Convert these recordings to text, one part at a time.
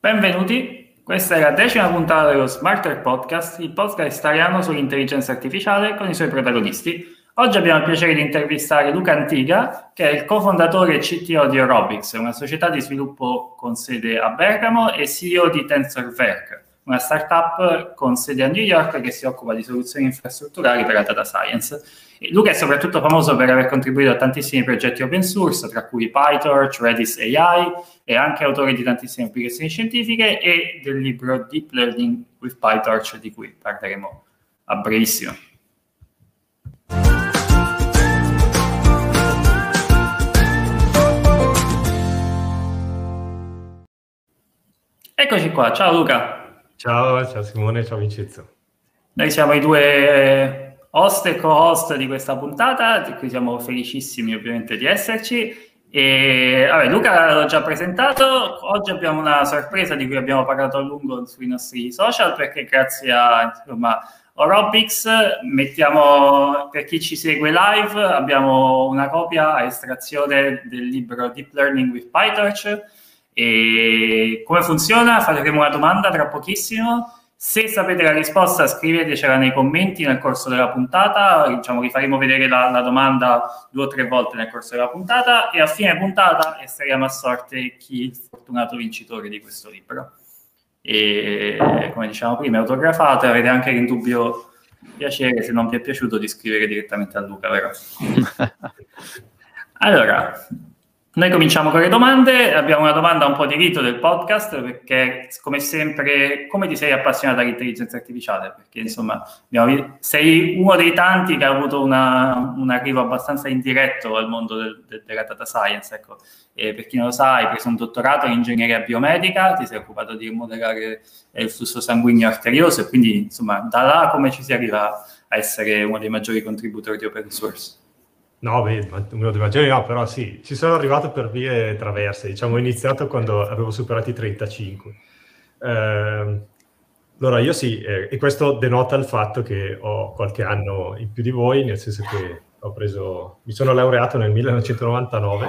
Benvenuti, questa è la 10ª puntata dello Smarter Podcast, il podcast italiano sull'intelligenza artificiale con i suoi protagonisti. Oggi abbiamo il piacere di intervistare Luca Antiga, che è il cofondatore e CTO di Orobix, una società di sviluppo con sede a Bergamo, e CEO di TensorVerk, una startup con sede a New York che si occupa di soluzioni infrastrutturali per la data science. Luca è soprattutto famoso per aver contribuito a tantissimi progetti open source, tra cui PyTorch, Redis AI, e anche autore di tantissime applicazioni scientifiche e del libro Deep Learning with PyTorch, di cui parleremo a brevissimo. Eccoci qua, ciao Luca. Ciao Simone, ciao Vincenzo. Noi siamo i due host e co-host di questa puntata, di cui siamo felicissimi ovviamente di esserci. E Luca l'ho già presentato. Oggi abbiamo una sorpresa di cui abbiamo parlato a lungo sui nostri social, perché grazie a Orobix mettiamo, per chi ci segue live, abbiamo una copia a estrazione del libro Deep Learning with PyTorch. E come funziona? Faremo una domanda tra pochissimo. Se sapete la risposta, scrivetecela nei commenti nel corso della puntata. Vi faremo vedere la domanda 2 o 3 volte nel corso della puntata, e a fine puntata estraiamo a sorte chi è il fortunato vincitore di questo libro. E come diciamo prima, è autografato, e avete anche l'indubbio piacere, se non vi è piaciuto, di scrivere direttamente a Luca, vero? Allora, noi cominciamo con le domande. Abbiamo una domanda un po' di rito del podcast, perché come sempre, come ti sei appassionato all'intelligenza artificiale? Perché insomma sei uno dei tanti che ha avuto un arrivo abbastanza indiretto al mondo della data science, ecco. E per chi non lo sa, hai preso un dottorato in ingegneria biomedica, ti sei occupato di modellare il flusso sanguigno arterioso, e quindi insomma da là come ci si arriva a essere uno dei maggiori contributori di open source? No, uno dei maggiori no, però sì, ci sono arrivato per vie traverse. Diciamo, ho iniziato quando avevo superato i 35. Allora, io sì, e questo denota il fatto che ho qualche anno in più di voi, nel senso che mi sono laureato nel 1999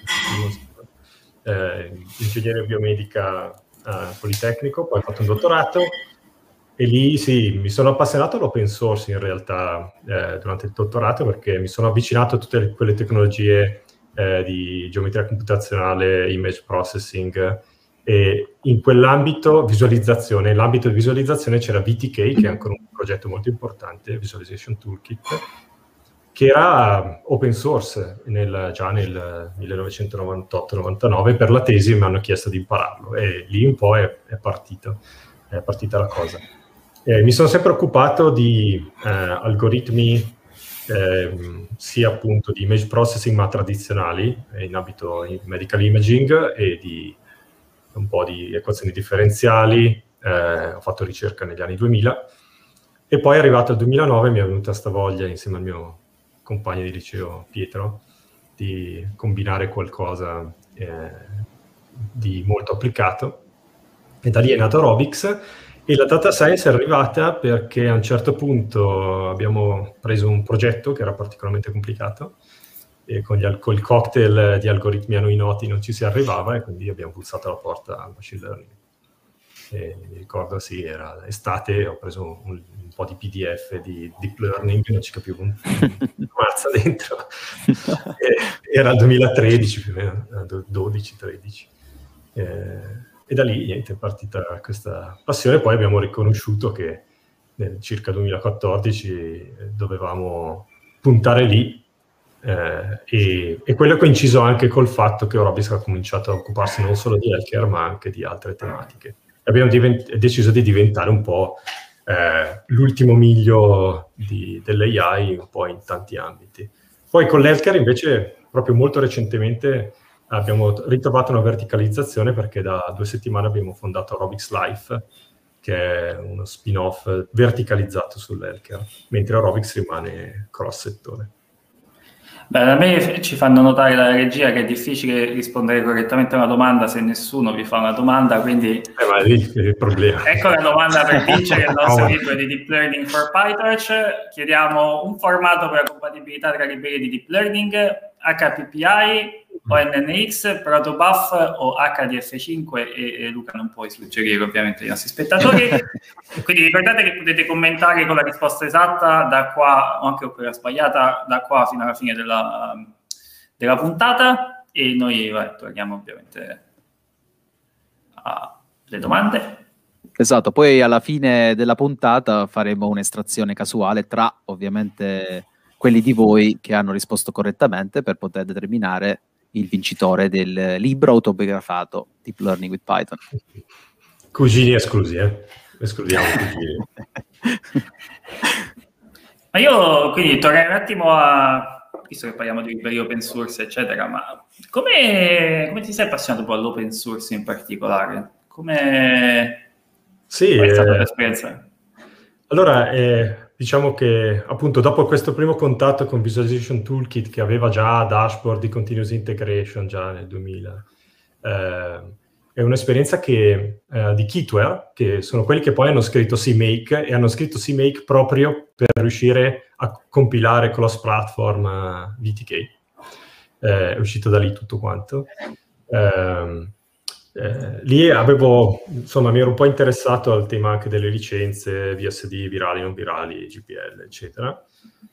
in ingegneria biomedica Politecnico, poi ho fatto un dottorato. E lì sì, mi sono appassionato all'open source in realtà durante il dottorato, perché mi sono avvicinato a tutte quelle tecnologie di geometria computazionale, image processing, e in quell'ambito nell'ambito di visualizzazione c'era VTK, che è ancora un progetto molto importante, Visualization Toolkit, che era open source già nel 1998-99. Per la tesi mi hanno chiesto di impararlo, e lì un po' è partita la cosa. Mi sono sempre occupato di algoritmi sia appunto di image processing ma tradizionali in ambito medical imaging, e di un po' di equazioni differenziali. Ho fatto ricerca negli anni 2000, e poi arrivato al 2009 mi è venuta sta voglia, insieme al mio compagno di liceo Pietro, di combinare qualcosa di molto applicato, e da lì è nato Orobix. E la data science è arrivata perché a un certo punto abbiamo preso un progetto che era particolarmente complicato, e col cocktail di algoritmi a noi noti non ci si arrivava, e quindi abbiamo pulsato la porta al machine learning. E mi ricordo, sì, era estate, ho preso un po' di PDF di deep learning, non ci capivo un mazza dentro. Era il 2013 più o meno, 12-13. E da lì niente, è partita questa passione. Poi abbiamo riconosciuto che nel circa 2014 dovevamo puntare lì, e quello è coinciso anche col fatto che Orobix ha cominciato a occuparsi non solo di healthcare ma anche di altre tematiche. Abbiamo deciso di diventare un po' l'ultimo miglio dell'AI, un po' in tanti ambiti. Poi con l'healthcare invece, proprio molto recentemente, abbiamo ritrovato una verticalizzazione, perché da 2 settimane abbiamo fondato Orobix Life, che è uno spin-off verticalizzato sull'healthcare, mentre Orobix rimane cross-settore. A me ci fanno notare dalla regia che è difficile rispondere correttamente a una domanda se nessuno vi fa una domanda, quindi ma lì è il problema. Ecco la domanda per vincere il nostro libro di Deep Learning for PyTorch. Chiediamo un formato per la compatibilità tra librerie di Deep Learning, HPPI, ONNX, Protobuf o HDF5 e Luca non puoi suggerire ovviamente ai nostri spettatori. Quindi ricordate che potete commentare con la risposta esatta da qua, o anche con quella sbagliata, da qua fino alla fine della puntata, e noi torniamo ovviamente alle domande. Esatto, poi alla fine della puntata faremo un'estrazione casuale tra ovviamente quelli di voi che hanno risposto correttamente per poter determinare il vincitore del libro autobiografato Deep Learning with Python. Cugini esclusi, escludiamo i cugini. Ma io quindi tornerei un attimo visto che parliamo di liberi open source eccetera, ma come ti sei appassionato poi all'open source in particolare? Come è stata l'esperienza? Allora, diciamo che appunto dopo questo primo contatto con Visualization Toolkit, che aveva già dashboard di continuous integration già nel 2000, è un'esperienza di Kitware, che sono quelli che poi hanno scritto CMake, e hanno scritto CMake proprio per riuscire a compilare cross-platform VTK. È uscito da lì tutto quanto. Lì mi ero un po' interessato al tema anche delle licenze VSD, virali, non virali, GPL, eccetera.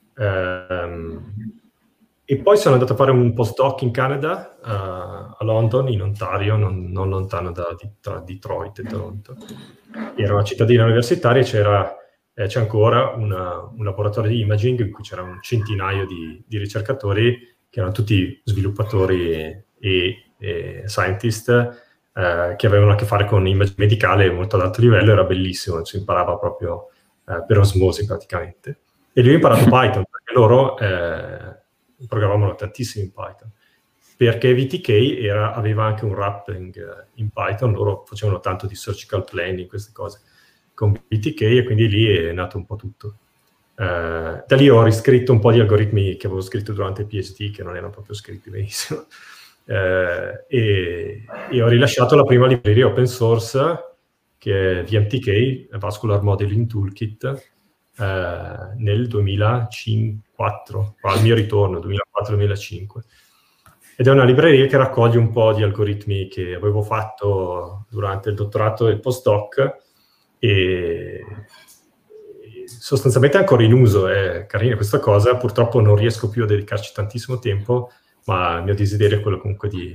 E poi sono andato a fare un postdoc in Canada, a London, in Ontario, non lontano tra Detroit e Toronto. Era una cittadina universitaria e c'è ancora un laboratorio di imaging in cui c'era un centinaio di ricercatori che erano tutti sviluppatori e scientist, che avevano a che fare con imaging medicale molto ad alto livello. Era bellissimo, si imparava proprio per osmosi praticamente. E lì ho imparato Python, perché loro programmavano tantissimo in Python, perché VTK aveva anche un wrapping in Python. Loro facevano tanto di surgical planning, queste cose con VTK, e quindi lì è nato un po' tutto. Da lì ho riscritto un po' di algoritmi che avevo scritto durante il PhD, che non erano proprio scritti benissimo. E ho rilasciato la prima libreria open source, che è VMTK, Vascular Modeling Toolkit, nel 2004, al mio ritorno, 2004-2005. Ed è una libreria che raccoglie un po' di algoritmi che avevo fatto durante il dottorato e il postdoc, e sostanzialmente è ancora in uso. È carina questa cosa, purtroppo non riesco più a dedicarci tantissimo tempo, ma il mio desiderio è quello comunque di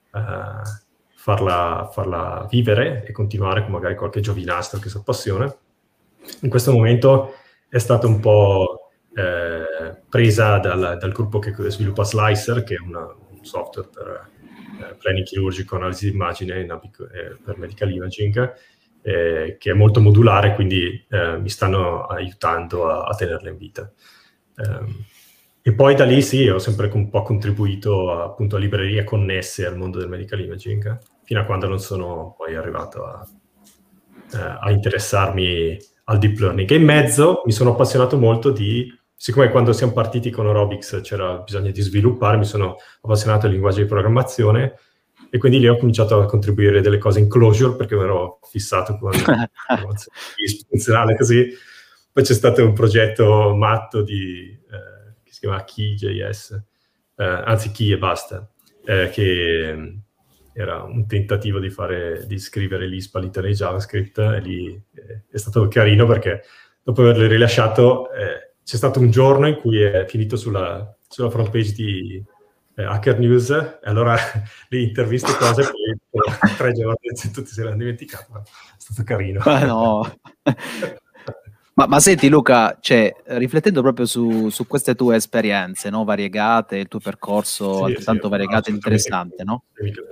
farla vivere e continuare con magari qualche giovinastro che si appassiona. In questo momento è stata un po' presa dal gruppo che sviluppa Slicer, che è un software per planning chirurgico, analisi di immagine per medical imaging, che è molto modulare, quindi mi stanno aiutando a tenerla in vita. E poi da lì sì, ho sempre un po' contribuito appunto a librerie connesse al mondo del medical imaging, fino a quando non sono poi arrivato a interessarmi al deep learning. E in mezzo mi sono appassionato molto siccome quando siamo partiti con Aerobics c'era bisogno di sviluppare, mi sono appassionato al linguaggio di programmazione, e quindi lì ho cominciato a contribuire delle cose in Clojure, perché mi ero fissato con funzionale così. Poi c'è stato un progetto matto che si chiama Key.js, anzi Key e basta, che era un tentativo di scrivere l'ISP all'interno di JavaScript, e lì è stato carino, perché dopo averlo rilasciato c'è stato un giorno in cui è finito sulla front page di Hacker News, e allora lì interviste cose, poi 3 giorni tutti se l'hanno dimenticato, ma è stato carino. Ma no. Ma senti Luca, riflettendo proprio su queste tue esperienze, no, variegate, il tuo percorso altrettanto variegato e interessante, no?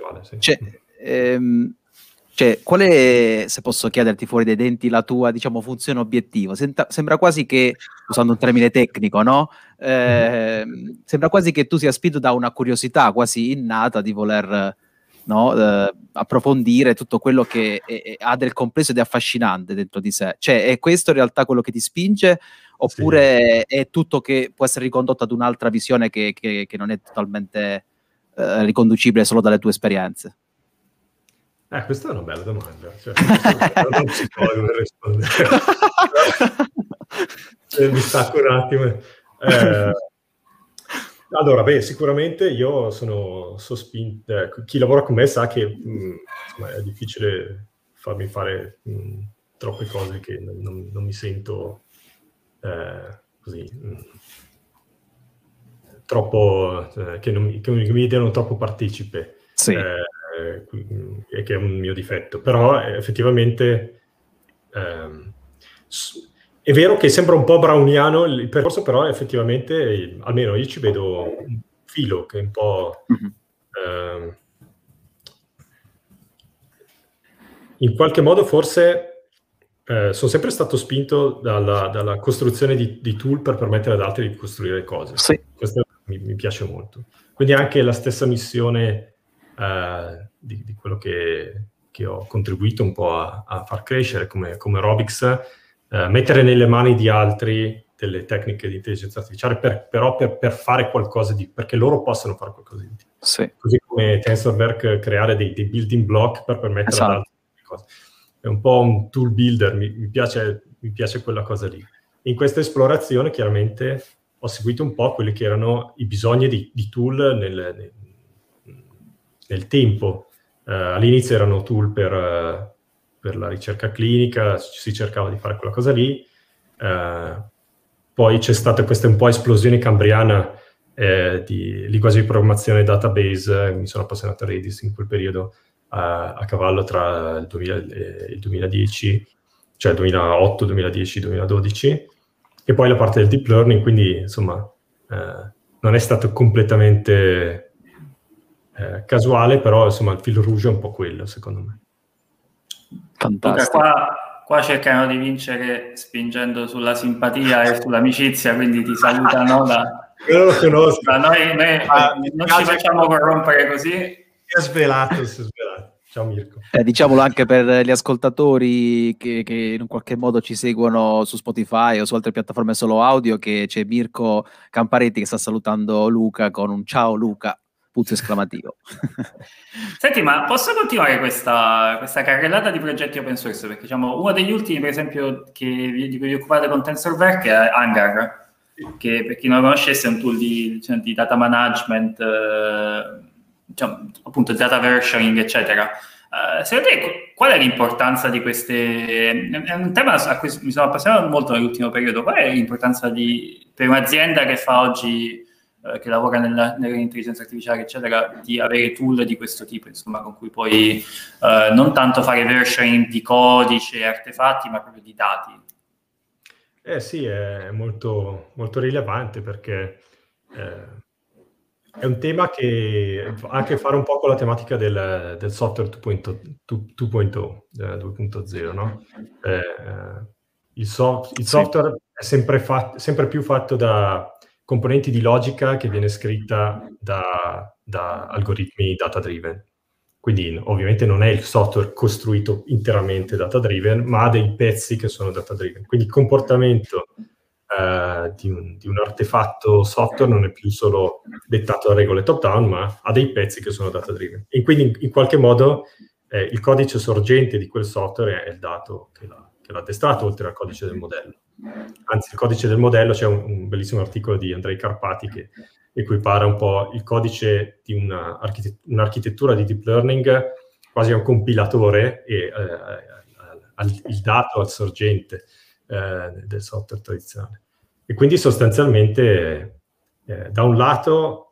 Qual è, se posso chiederti fuori dai denti, la tua, diciamo, funzione obiettivo? Sembra quasi che, usando un termine tecnico, no? Sembra quasi che tu sia spinto da una curiosità quasi innata di voler, no, approfondire tutto quello che ha del complesso ed è affascinante dentro di sé. Cioè, è questo in realtà quello che ti spinge, oppure è tutto che può essere ricondotto ad un'altra visione che non è totalmente riconducibile solo dalle tue esperienze? Questa è una bella domanda. Non si può rispondere. Mi stacco un attimo. Allora, sicuramente io sono sospinto, chi lavora con me sa che insomma, è difficile farmi fare troppe cose che non mi sento così troppo, che mi diano troppo partecipe, Sì. e che è un mio difetto. Però effettivamente è vero che sembra un po' browniano il percorso, però effettivamente, almeno io ci vedo un filo che è un po'... in qualche modo forse sono sempre stato spinto dalla costruzione di tool per permettere ad altri di costruire cose. Sì. Questo mi piace molto. Quindi anche la stessa missione di quello che ho contribuito un po' a far crescere come Robix, mettere nelle mani di altri delle tecniche di intelligenza artificiale per fare qualcosa perché loro possano fare qualcosa di utile. Sì. Così come TensorWorks creare dei building block per permettere ad altri cose. È un po' un tool builder, mi piace quella cosa lì. In questa esplorazione chiaramente ho seguito un po' quelli che erano i bisogni di tool nel tempo. All'inizio erano tool per la ricerca clinica, si cercava di fare quella cosa lì. Poi c'è stata questa un po' esplosione cambriana di linguaggi di programmazione database. Mi sono appassionato a Redis in quel periodo, a cavallo tra il 2010, cioè 2008, 2010, 2012, e poi la parte del deep learning, quindi insomma non è stato completamente casuale, però insomma il fil rouge è un po' quello, secondo me. Fantastico. Qua cercano di vincere spingendo sulla simpatia e sull'amicizia, quindi ti salutano Io lo conosco. Noi non ci facciamo corrompere così. Si è svelato. Ciao Mirko. Diciamolo anche per gli ascoltatori che in qualche modo ci seguono su Spotify o su altre piattaforme solo audio, che c'è Mirko Camparetti che sta salutando Luca con un ciao Luca, punto esclamativo. Senti, ma posso continuare questa carrellata di progetti open source? Perché diciamo, uno degli ultimi, per esempio, di cui vi occupate con TensorWorks è Hangar, che per chi non lo conoscesse è un tool di data management, diciamo, appunto data versioning, eccetera. Secondo te qual è l'importanza di queste? È un tema a cui mi sono appassionato molto nell'ultimo periodo. Qual è l'importanza per un'azienda che fa oggi, che lavora nell'intelligenza artificiale, eccetera, di avere tool di questo tipo, insomma, con cui puoi non tanto fare versioning di codice e artefatti, ma proprio di dati? Sì, è molto, molto rilevante, perché è un tema che ha a che fare un po' con la tematica del software 2.0, no? Il software è sempre più fatto da componenti di logica che viene scritta da algoritmi data-driven. Quindi ovviamente non è il software costruito interamente data-driven, ma ha dei pezzi che sono data-driven. Quindi il comportamento di un artefatto software non è più solo dettato da regole top-down, ma ha dei pezzi che sono data-driven. E quindi in qualche modo il codice sorgente di quel software è il dato che l'ha addestrato, oltre al codice del modello. Anzi, il codice del modello, c'è un bellissimo articolo di Andrei Karpathy che equipara un po' il codice di un'architettura di deep learning quasi a un compilatore e il dato al sorgente del software tradizionale. E quindi sostanzialmente da un lato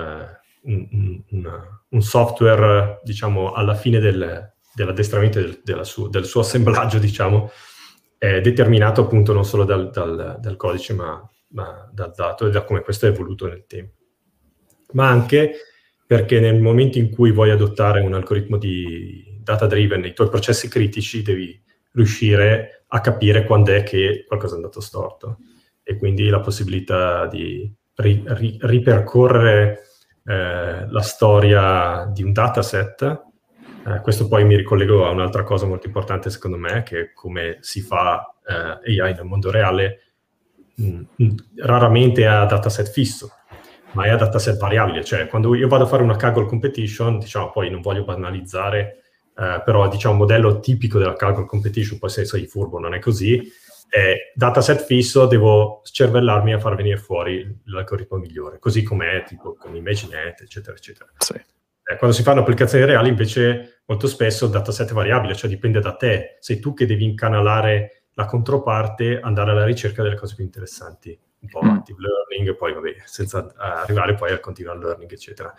un software, diciamo, alla fine dell'addestramento del suo assemblaggio, diciamo, è determinato appunto non solo dal codice, ma dal dato e da come questo è evoluto nel tempo. Ma anche perché nel momento in cui vuoi adottare un algoritmo di data-driven nei tuoi processi critici, devi riuscire a capire quando è che qualcosa è andato storto. E quindi la possibilità di ripercorrere la storia di un dataset. Questo poi mi ricollego a un'altra cosa molto importante secondo me, che è come si fa AI nel mondo reale. Raramente a dataset fisso, ma è a dataset variabile. Cioè, quando io vado a fare una Kaggle competition, diciamo, poi non voglio banalizzare, però diciamo un modello tipico della Kaggle competition, poi se sei furbo non è così, dataset fisso, devo scervellarmi a far venire fuori l'algoritmo migliore, così com'è, tipo con ImageNet, eccetera, eccetera. Sì. Quando si fanno applicazioni reali, invece, molto spesso il dataset è variabile, cioè dipende da te. Sei tu che devi incanalare la controparte, andare alla ricerca delle cose più interessanti, un po' active learning, poi vabbè, senza arrivare poi al continual learning, eccetera.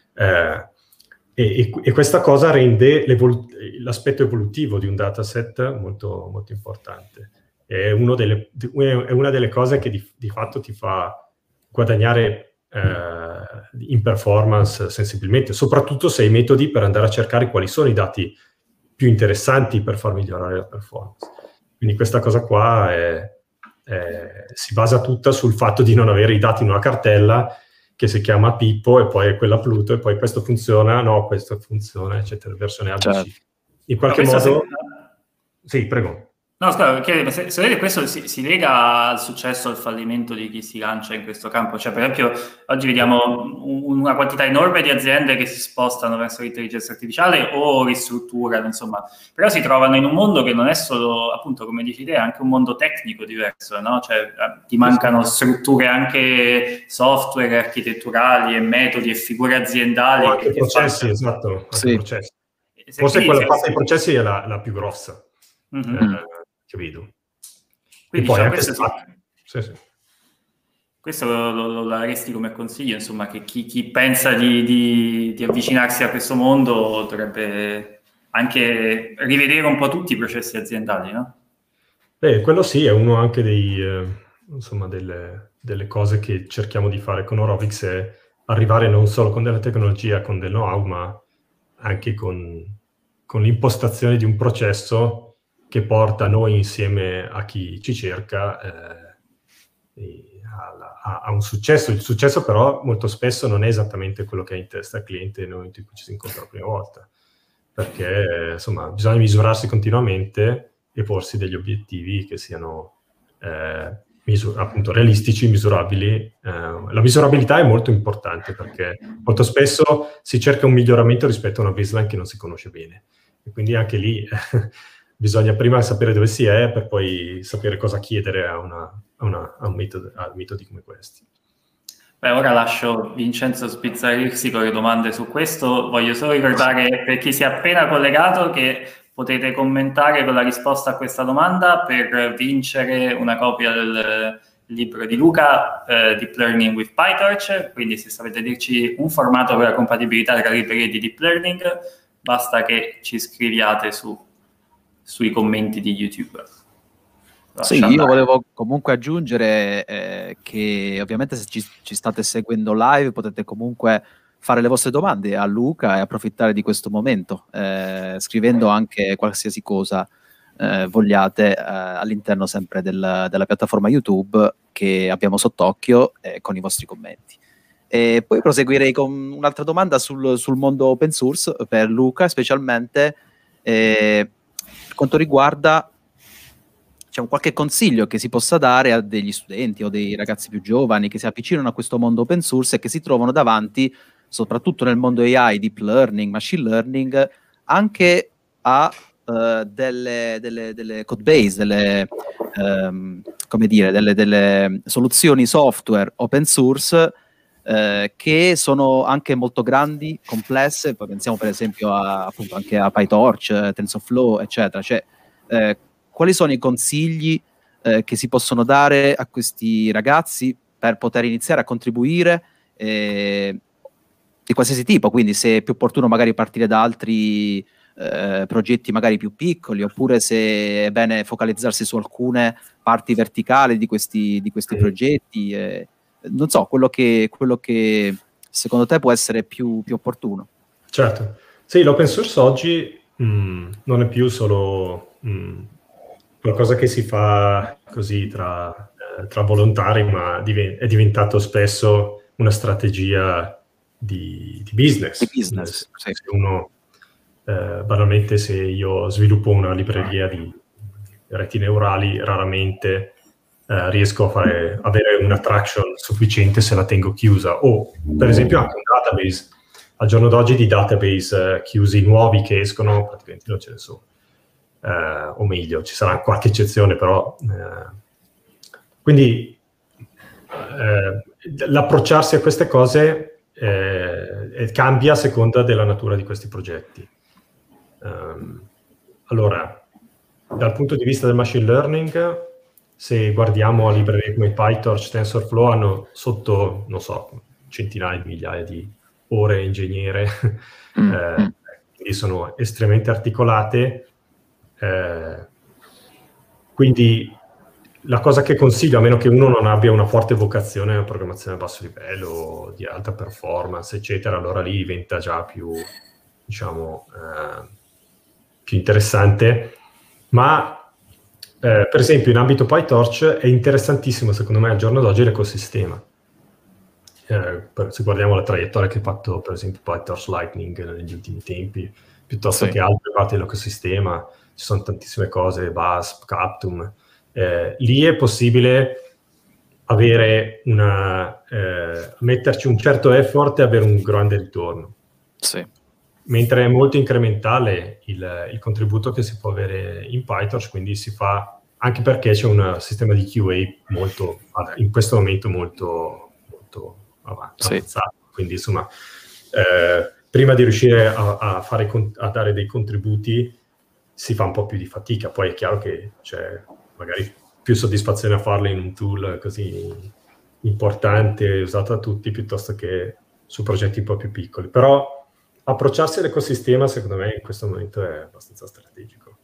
E questa cosa rende l'aspetto evolutivo di un dataset molto, molto importante. È una delle cose che di fatto ti fa guadagnare in performance sensibilmente, soprattutto se hai metodi per andare a cercare quali sono i dati più interessanti per far migliorare la performance. Quindi questa cosa qua si basa tutta sul fatto di non avere i dati in una cartella che si chiama Pippo e poi quella Pluto e poi questo funziona, no, questo funziona, eccetera, versione ABC. Certo. In qualche modo... Sì, prego. No, scusa, perché se vedete questo si lega al successo o al fallimento di chi si lancia in questo campo. Cioè, per esempio, oggi vediamo una quantità enorme di aziende che si spostano verso l'intelligenza artificiale o ristrutturano, insomma. Però si trovano in un mondo che non è solo, appunto, come dici te, è anche un mondo tecnico diverso, no? Cioè, ti mancano strutture anche software, architetturali e metodi e figure aziendali. Anche processi, esatto. Anche processi. Forse quella parte dei processi è la più grossa. Che vedo. Quindi poi questo, sì. Questo lo daresti come consiglio, insomma, che chi pensa di avvicinarsi a questo mondo dovrebbe anche rivedere un po' tutti i processi aziendali, no? Quello sì, è uno anche delle cose che cerchiamo di fare con Orovix, è arrivare non solo con della tecnologia, con del know-how, ma anche con l'impostazione di un processo che porta noi insieme a chi ci cerca a un successo. Il successo però molto spesso non è esattamente quello che ha in testa il cliente nel momento in cui ci si incontra la prima volta, perché insomma bisogna misurarsi continuamente e porsi degli obiettivi che siano appunto realistici, misurabili. La misurabilità è molto importante perché molto spesso si cerca un miglioramento rispetto a una baseline che non si conosce bene, e quindi anche lì bisogna prima sapere dove si è per poi sapere cosa chiedere a metodi come questi. Beh, ora lascio Vincenzo spizzarirsi con le domande su questo. Voglio solo ricordare per chi si è appena collegato che potete commentare con la risposta a questa domanda per vincere una copia del libro di Luca, Deep Learning with PyTorch. Quindi se sapete dirci un formato per la compatibilità tra librerie di Deep Learning, basta che ci scriviate sui commenti di YouTube. Sì, io volevo comunque aggiungere che ovviamente se ci state seguendo live potete comunque fare le vostre domande a Luca e approfittare di questo momento, scrivendo anche qualsiasi cosa vogliate all'interno sempre della piattaforma YouTube che abbiamo sott'occhio con i vostri commenti. E poi proseguirei con un'altra domanda sul mondo open source per Luca, specialmente per quanto riguarda qualche consiglio che si possa dare a degli studenti o dei ragazzi più giovani che si avvicinano a questo mondo open source e che si trovano davanti, soprattutto nel mondo AI, deep learning, machine learning, anche a delle code base, delle soluzioni software open source che sono anche molto grandi, complesse. Poi pensiamo per esempio appunto anche a PyTorch, TensorFlow, eccetera. Cioè, quali sono i consigli che si possono dare a questi ragazzi per poter iniziare a contribuire di qualsiasi tipo? Quindi se è più opportuno magari partire da altri progetti magari più piccoli, oppure se è bene focalizzarsi su alcune parti verticali di questi progetti, non so, quello che secondo te può essere più opportuno. Certo, sì, l'open source oggi non è più solo qualcosa che si fa così tra volontari, ma è diventato spesso una strategia di business. Di business, sì. Se uno, banalmente, se io sviluppo una libreria di reti neurali, raramente riesco a avere una traction sufficiente se la tengo chiusa. O, per esempio, anche un database. Al giorno d'oggi di database chiusi nuovi che escono, praticamente non ce ne sono. o meglio, ci sarà qualche eccezione, però... quindi l'approcciarsi a queste cose cambia a seconda della natura di questi progetti. Allora, dal punto di vista del machine learning, se guardiamo a librerie come PyTorch, TensorFlow, hanno sotto, non so, centinaia di migliaia di ore ingegnere, quindi sono estremamente articolate. Quindi la cosa che consiglio, a meno che uno non abbia una forte vocazione alla programmazione a basso livello, di alta performance, eccetera, allora lì diventa già più, diciamo, più interessante. Ma per esempio in ambito PyTorch è interessantissimo secondo me al giorno d'oggi l'ecosistema. Se guardiamo la traiettoria che ha fatto per esempio PyTorch Lightning negli ultimi tempi, piuttosto che altre parti dell'ecosistema, ci sono tantissime cose, VASP, Captum. Lì è possibile avere metterci un certo effort e avere un grande ritorno. Sì. Mentre è molto incrementale il contributo che si può avere in PyTorch, quindi si fa, anche perché c'è un sistema di QA molto, in questo momento molto avanzato. Sì. Quindi insomma, prima di riuscire a dare dei contributi si fa un po' più di fatica. Poi è chiaro che c'è magari più soddisfazione a farlo in un tool così importante, usato da tutti, piuttosto che su progetti un po' più piccoli. Però approcciarsi all'ecosistema, secondo me, in questo momento è abbastanza strategico.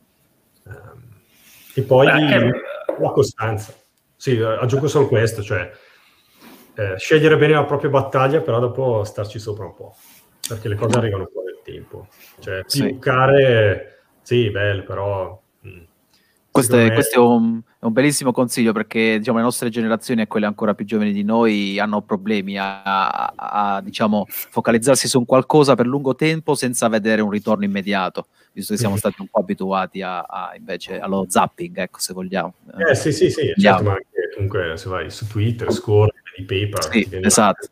E poi la costanza. Sì, aggiungo solo questo, cioè scegliere bene la propria battaglia, però dopo starci sopra un po', perché le cose arrivano un po' nel tempo. Cioè, piuccare, sì, bello, però... Questo è un bellissimo consiglio, perché diciamo le nostre generazioni e quelle ancora più giovani di noi hanno problemi a diciamo focalizzarsi su un qualcosa per lungo tempo senza vedere un ritorno immediato, visto che siamo stati un po' abituati invece allo zapping, ecco, se vogliamo. Sì, certo, ma anche comunque se vai su Twitter, scorri, vedi paper, sì, esatto.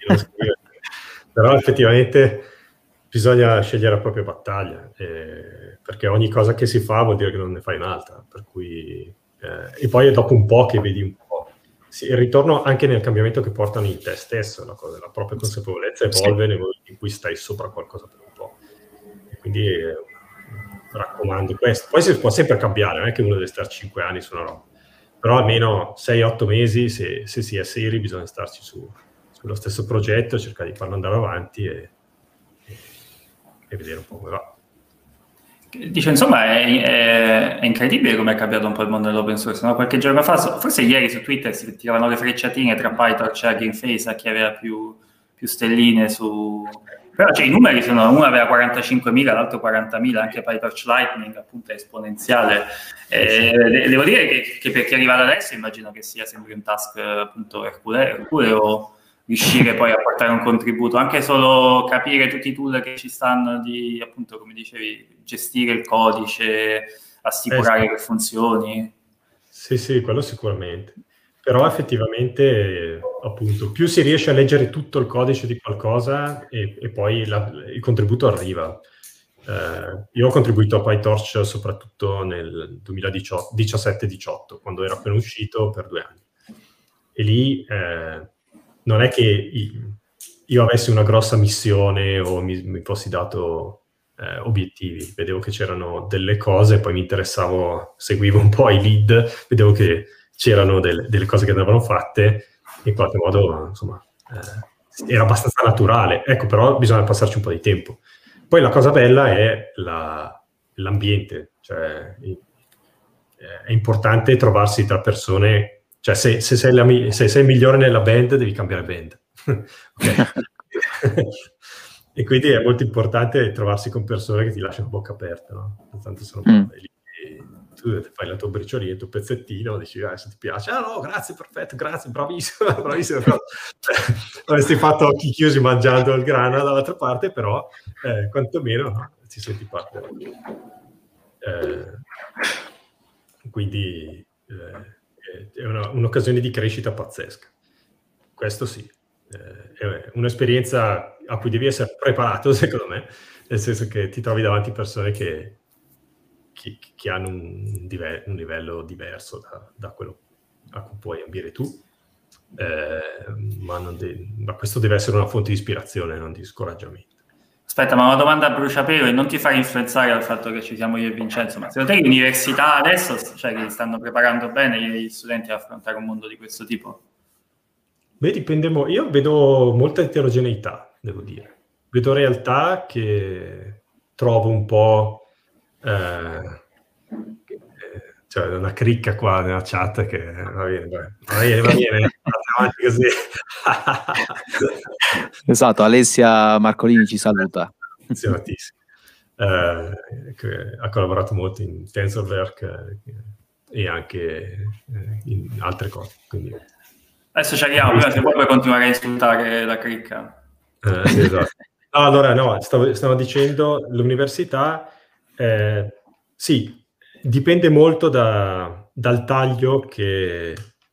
Però effettivamente bisogna scegliere la propria battaglia, perché ogni cosa che si fa vuol dire che non ne fai un'altra, per cui e poi è dopo un po' che vedi un po'. Sì, il ritorno anche nel cambiamento che portano in te stesso, la propria consapevolezza evolve nel momento in cui stai sopra qualcosa per un po'. E quindi raccomando questo. Poi si può sempre cambiare, non è che uno deve stare 5 anni su una roba, però almeno 6-8 mesi, se si è seri, bisogna starci sullo stesso progetto, cercare di farlo andare avanti e vedere un po' come va. Dice, insomma, è incredibile come è cambiato un po' il mondo dell'open source, no? Qualche giorno fa, forse ieri su Twitter si tiravano le frecciatine tra PyTorch e Hugging Face a chi aveva più stelline su... Però cioè, i numeri sono, uno aveva 45.000, l'altro 40.000, anche PyTorch Lightning appunto è esponenziale. Devo dire che per chi è arrivato adesso immagino che sia sempre un task appunto erculeo riuscire poi a portare un contributo, anche solo capire tutti i tool che ci stanno di, appunto, come dicevi, gestire il codice, assicurare che funzioni. Sì, quello sicuramente. Però effettivamente, appunto, più si riesce a leggere tutto il codice di qualcosa e poi il contributo arriva. Io ho contribuito a PyTorch soprattutto nel 2017-18, quando era appena uscito per 2 anni. E lì... non è che io avessi una grossa missione o mi fossi dato obiettivi, vedevo che c'erano delle cose, poi mi interessavo, seguivo un po' i lead, vedevo che c'erano delle cose che andavano fatte, in qualche modo, insomma, era abbastanza naturale. Ecco, però bisogna passarci un po' di tempo. Poi la cosa bella è l'ambiente, cioè è importante trovarsi tra persone. Cioè, se sei migliore nella band, devi cambiare band. E quindi è molto importante trovarsi con persone che ti lasciano bocca aperta, no? Tanto sono lì, tu fai la tua briciolina, il tuo pezzettino, dici, se ti piace, no, grazie, perfetto, grazie, bravissimo, bravissimo. Avresti fatto occhi chiusi mangiando il grana dall'altra parte, però quantomeno no, ti senti parte. Quindi... è un'occasione di crescita pazzesca. Questo sì. È un'esperienza a cui devi essere preparato, secondo me, nel senso che ti trovi davanti persone che che hanno un livello diverso da quello a cui puoi ambire tu, ma questo deve essere una fonte di ispirazione, non di scoraggiamento. Aspetta, ma una domanda a bruciapelo, e non ti fai influenzare dal fatto che ci siamo io e Vincenzo, ma secondo te l'università adesso, cioè, che stanno preparando bene gli studenti ad affrontare un mondo di questo tipo? Beh, dipende. Io vedo molta eterogeneità, devo dire. Vedo realtà che trovo un po'... cioè una cricca qua nella chat che va bene, avanti così. Esatto, Alessia Marcolini ci saluta. Che ha collaborato molto in TensorWorks e anche in altre cose. Quindi... Adesso ci arriviamo, prima se vuoi continuare a insultare la cricca. Sì, esatto. No, stavo dicendo, l'università, sì, dipende molto dal taglio che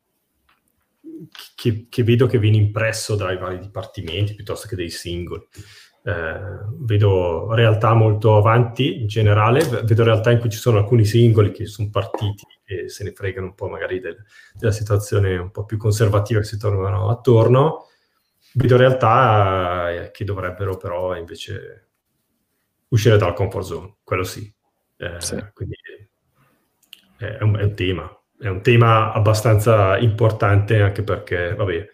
vedo che viene impresso dai vari dipartimenti piuttosto che dei singoli. Vedo realtà molto avanti in generale, vedo realtà in cui ci sono alcuni singoli che sono partiti e se ne fregano un po' magari della situazione un po' più conservativa che si trovano attorno. Vedo realtà che dovrebbero però invece uscire dalla comfort zone, quello sì. Sì. Quindi è un tema abbastanza importante, anche perché, vabbè,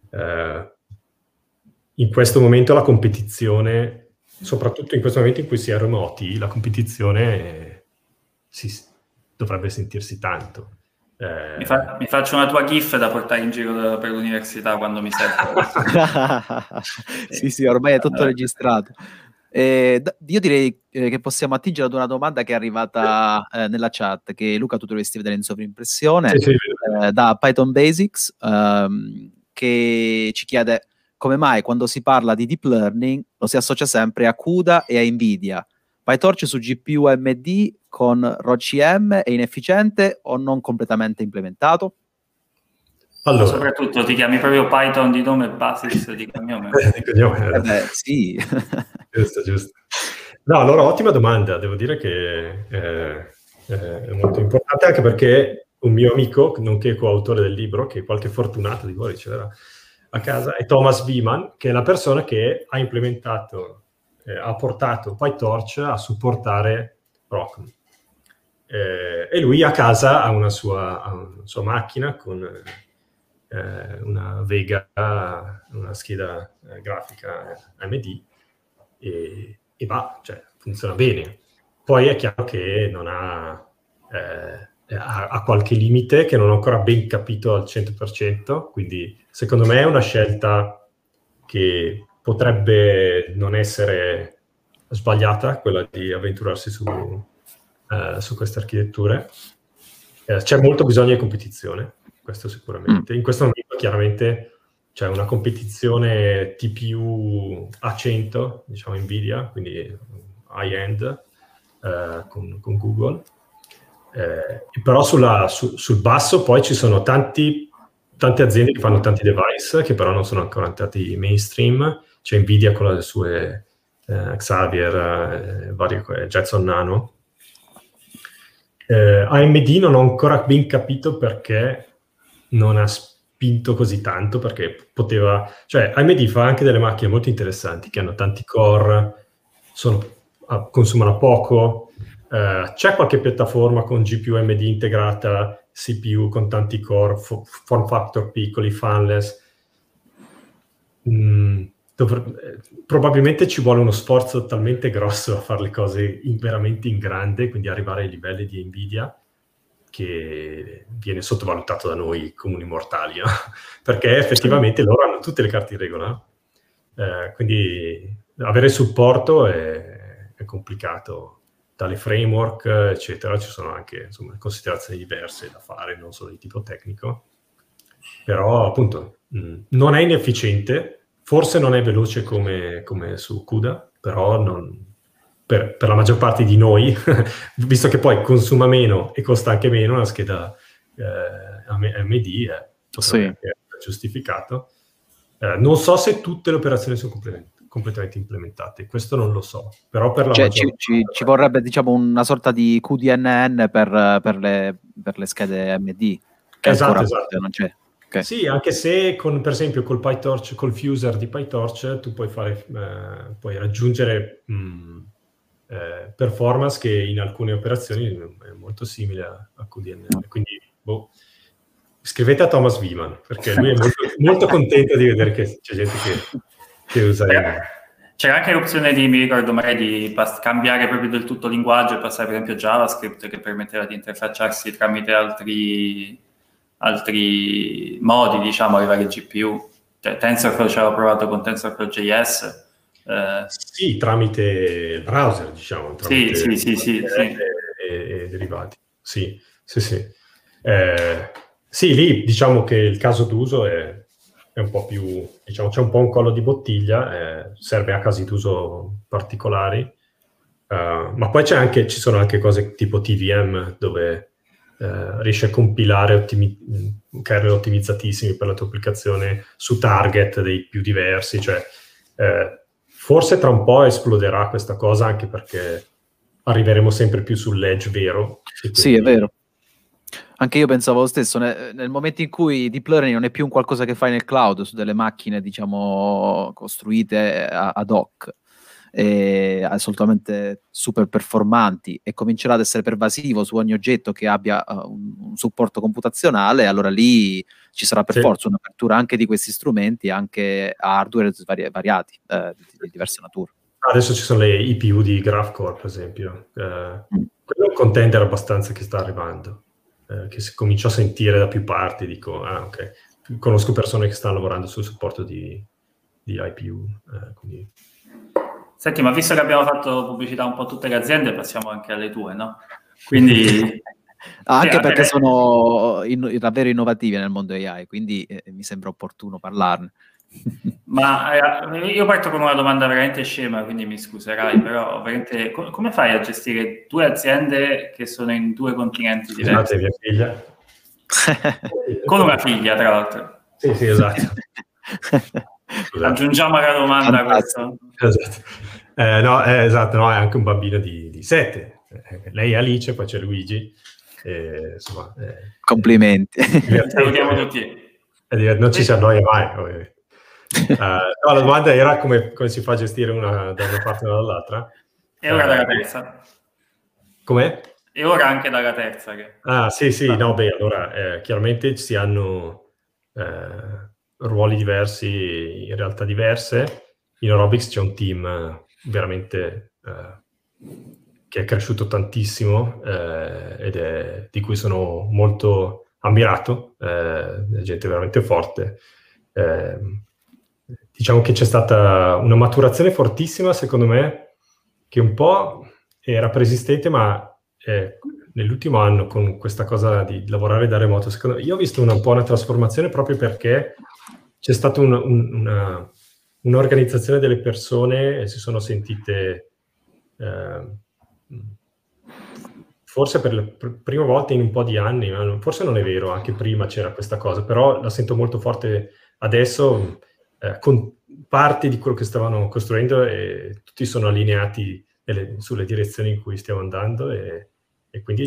in questo momento la competizione, soprattutto in questo momento in cui si è remoti, la competizione dovrebbe sentirsi tanto. Mi faccio una tua gif da portare in giro per l'università quando mi serve. Sì, ormai è tutto registrato. Io direi che possiamo attingere ad una domanda che è arrivata nella chat, che Luca tu dovresti vedere in sovrimpressione, sì. Da Python Basics, che ci chiede come mai quando si parla di deep learning lo si associa sempre a CUDA e a NVIDIA. PyTorch su GPU AMD con ROCm è inefficiente o non completamente implementato? Allora, soprattutto ti chiami proprio Python di nome e Basics di cognome. Sì. Giusto. No, allora, ottima domanda. Devo dire che è molto importante, anche perché un mio amico, nonché coautore del libro, che qualche fortunato di voi riceverà a casa, è Thomas Wieman, che è la persona che ha implementato, ha portato PyTorch a supportare ROCm. E lui a casa ha una sua macchina con una Vega, una scheda grafica AMD, e va, cioè funziona bene. Poi è chiaro che non ha qualche limite che non ho ancora ben capito al 100%, quindi secondo me è una scelta che potrebbe non essere sbagliata, quella di avventurarsi su queste architetture. C'è molto bisogno di competizione, questo sicuramente. In questo momento chiaramente c'è una competizione TPU A100, diciamo Nvidia, quindi high-end, con Google. Però sul basso poi ci sono tante aziende che fanno tanti device che però non sono ancora andati mainstream. C'è Nvidia con le sue Xavier, varie Jetson Nano. AMD non ho ancora ben capito perché non ha spinto così tanto, perché poteva... Cioè, AMD fa anche delle macchine molto interessanti, che hanno tanti core, consumano poco, c'è qualche piattaforma con GPU AMD integrata, CPU con tanti core, form factor piccoli, fanless. Probabilmente ci vuole uno sforzo talmente grosso a fare le cose veramente in grande, quindi arrivare ai livelli di Nvidia, che viene sottovalutato da noi comuni mortali, no? Perché effettivamente loro hanno tutte le carte in regola, quindi avere supporto è complicato. Dalle framework, eccetera, ci sono anche insomma considerazioni diverse da fare, non solo di tipo tecnico, però appunto non è inefficiente. Forse non è veloce come su CUDA, però per la maggior parte di noi, visto che poi consuma meno e costa anche meno, una scheda AMD è giustificato. Non so se tutte le operazioni sono completamente implementate. Questo non lo so, però per la ci vorrebbe, diciamo, una sorta di QDNN per le schede AMD, che esatto. non c'è. Okay. Sì, anche se per esempio col PyTorch, col Fuser di PyTorch, tu puoi raggiungere performance che in alcune operazioni è molto simile a QDNN. Quindi, scrivete a Thomas Wieman, perché lui è molto contento di vedere che c'è gente che usa. C'era anche l'opzione mi ricordo, magari di cambiare proprio del tutto linguaggio e passare per esempio JavaScript, che permetteva di interfacciarsi tramite altri modi, diciamo, ai vari GPU. Cioè, TensorFlow ci avevo provato con TensorFlow.js. Sì, tramite il browser, diciamo. Sì. E derivati. Sì. Sì, lì diciamo che il caso d'uso è un po' più, diciamo, c'è un po' un collo di bottiglia, serve a casi d'uso particolari, ma poi ci sono anche cose tipo TVM, dove riesci a compilare kernel ottimizzatissimi per la tua applicazione su target dei più diversi, cioè forse tra un po' esploderà questa cosa, anche perché arriveremo sempre più sull'edge vero. Sì, è vero. Anche io pensavo lo stesso, nel momento in cui deep learning non è più un qualcosa che fai nel cloud, su delle macchine, diciamo, costruite ad hoc, assolutamente super performanti, e comincerà ad essere pervasivo su ogni oggetto che abbia un supporto computazionale, allora lì ci sarà per forza un'apertura anche di questi strumenti, anche a hardware variati, di diverse nature. Adesso ci sono le IPU di GraphCore, per esempio. Quello è un contender abbastanza che sta arrivando, che si comincia a sentire da più parti. Dico, ok, conosco persone che stanno lavorando sul supporto di IPU. Quindi... Senti, ma visto che abbiamo fatto pubblicità un po' a tutte le aziende, passiamo anche alle tue, no? Quindi... anche perché sono davvero innovativi nel mondo AI, quindi mi sembra opportuno parlarne. Ma io parto con una domanda veramente scema, quindi mi scuserai, però veramente, come fai a gestire due aziende che sono in due continenti diversi? Scusate, mia figlia. Con una figlia, tra l'altro. Sì, esatto. Aggiungiamo alla domanda questo. Esatto. Esatto, no, è anche un bambino di 7. Lei è Alice, poi c'è Luigi. Insomma, complimenti. Salutiamo tutti. Non ci si annoia mai, ovviamente. No, la domanda era come si fa a gestire una da una parte o dall'altra. E ora dalla terza. Com'è? E ora anche dalla terza. Sì, no, allora chiaramente si hanno ruoli diversi, in realtà diverse. In Aerobics c'è un team veramente che è cresciuto tantissimo di cui sono molto ammirato, è gente veramente forte. Diciamo che c'è stata una maturazione fortissima, secondo me, che un po' era preesistente, ma nell'ultimo anno, con questa cosa di lavorare da remoto, secondo me, io ho visto un po' una trasformazione, proprio perché c'è stata un'organizzazione delle persone e si sono sentite forse per la prima volta in un po' di anni, forse non è vero, anche prima c'era questa cosa, però la sento molto forte adesso, con parti di quello che stavano costruendo, e tutti sono allineati sulle direzioni in cui stiamo andando, e quindi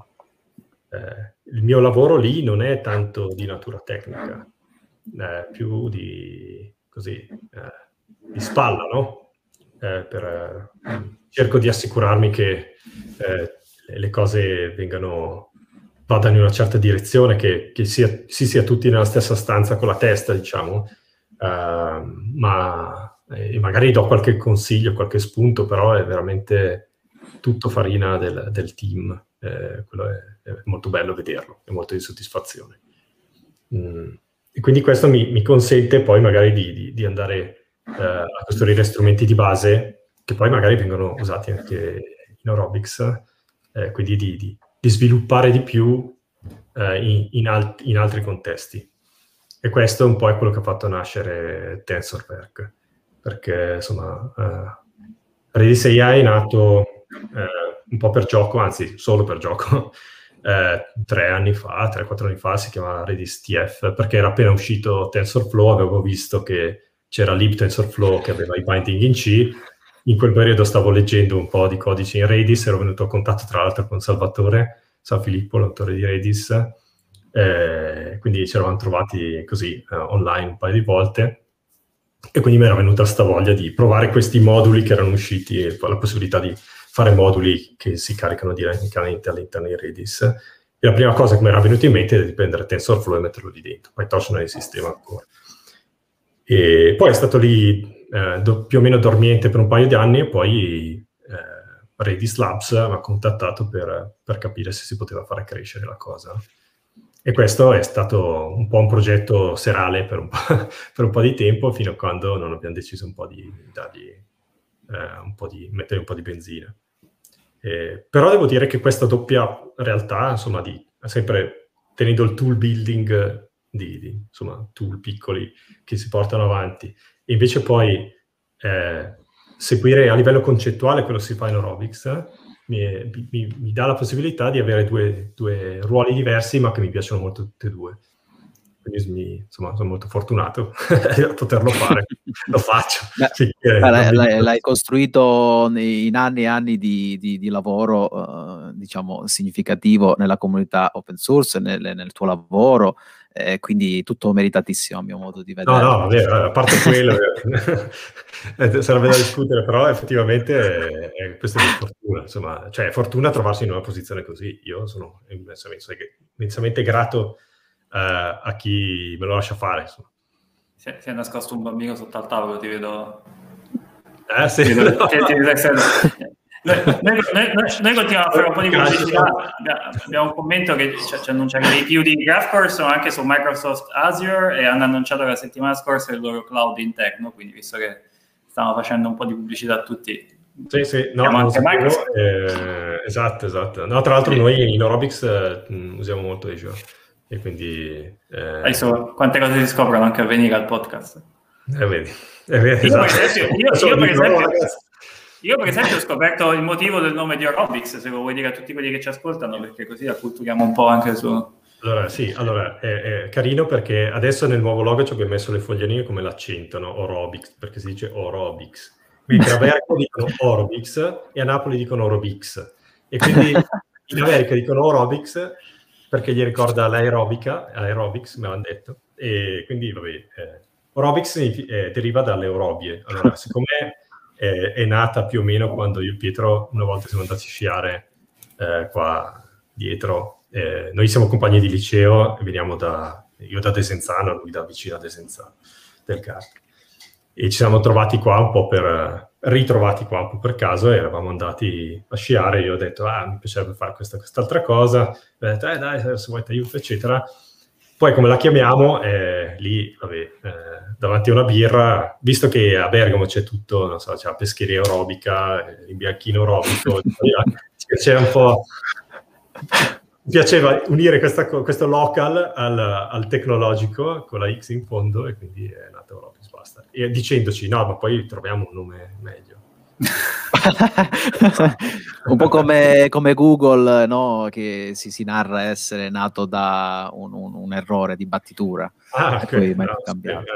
il mio lavoro lì non è tanto di natura tecnica, più di spalla, no? Cerco di assicurarmi che le cose vadano in una certa direzione, che si sia tutti nella stessa stanza con la testa, diciamo, ma magari do qualche consiglio, qualche spunto, però è veramente tutto farina del team. Quello è molto bello vederlo, è molto di soddisfazione. E quindi questo mi consente poi magari di andare a costruire strumenti di base che poi magari vengono usati anche in Aerobics, quindi di sviluppare di più in altri contesti. E questo un po' è quello che ha fatto nascere TensorWerk, perché insomma Redis AI è nato un po' per gioco, anzi solo per gioco, 3-4 anni fa, si chiamava Redis TF, perché era appena uscito TensorFlow, avevo visto che c'era libTensorFlow che aveva i binding in C. In quel periodo stavo leggendo un po' di codici in Redis, ero venuto a contatto tra l'altro con Salvatore San Filippo, l'autore di Redis, quindi ci eravamo trovati così online un paio di volte, e quindi mi era venuta sta voglia di provare questi moduli che erano usciti, e poi la possibilità di fare moduli che si caricano direttamente all'interno di Redis. E la prima cosa che mi era venuta in mente è di prendere TensorFlow e metterlo lì dentro. PyTorch non esisteva ancora. E poi è stato lì più o meno dormiente per un paio di anni, e poi Redis Labs mi ha contattato per capire se si poteva fare crescere la cosa. E questo è stato un po' un progetto serale per un po' di tempo, fino a quando non abbiamo deciso un po' di dargli mettere un po' di benzina. Però devo dire che questa doppia realtà, insomma, sempre tenendo il tool building insomma, tool piccoli che si portano avanti, e invece poi seguire a livello concettuale quello che si fa in Orobics, mi dà la possibilità di avere due ruoli diversi, ma che mi piacciono molto tutti e due. Quindi insomma, sono molto fortunato a poterlo fare. Lo faccio. L'hai costruito in anni e anni di lavoro, diciamo, significativo nella comunità open source, nel tuo lavoro, quindi tutto meritatissimo a mio modo di vedere. No, vabbè, a parte quello, sarebbe da discutere, però effettivamente questa è una fortuna, insomma, cioè è fortuna trovarsi in una posizione così. Io sono immensamente grato a chi me lo lascia fare, insomma. Si è nascosto un bambino sotto al tavolo, ti vedo. Sì. Noi continuiamo a fare un po' di pubblicità. Abbiamo un commento che ci annuncia che i più di GraphCore sono anche su Microsoft Azure e hanno annunciato la settimana scorsa il loro cloud interno, quindi visto che stiamo facendo un po' di pubblicità a tutti. Sì, no, anche esatto. No, tra l'altro noi in Orobics usiamo molto Azure, e quindi adesso quante cose si scoprono anche a venire al podcast. Vedi, esatto. Io per esempio ho scoperto il motivo del nome di Orobics, se lo vuoi dire a tutti quelli che ci ascoltano, perché così acculturiamo un po' anche su... Allora è carino perché adesso nel nuovo logo ci abbiamo messo le foglioline come l'accento, no? Orobics, perché si dice Orobics. Quindi in America dicono Orobics e a Napoli dicono Orobics. E quindi in America dicono Orobics perché gli ricorda aerobics, me l'hanno detto. E quindi, vabbè, Orobics deriva dalle aerobie. Allora, siccome è nata più o meno quando io e Pietro una volta siamo andati a sciare qua dietro. Noi siamo compagni di liceo e veniamo io da Desenzano, lui da vicino a Desenzano del Garda. E ci siamo ritrovati qua un po' per caso, e eravamo andati a sciare. Io ho detto, mi piacerebbe fare quest'altra cosa. Ho detto, dai, se vuoi ti aiuto, eccetera. Poi come la chiamiamo? Lì, vabbè, davanti a una birra, visto che a Bergamo c'è tutto, non so, c'è la pescheria aerobica, il bianchino aerobico, ci piaceva un po'... Mi piaceva unire questo local al tecnologico con la X in fondo, e quindi è nato Orobics, basta. E dicendoci, no, ma poi troviamo un nome meglio. Un po' come Google, no? Che si narra essere nato da un errore di battitura. E poi mai cambiato.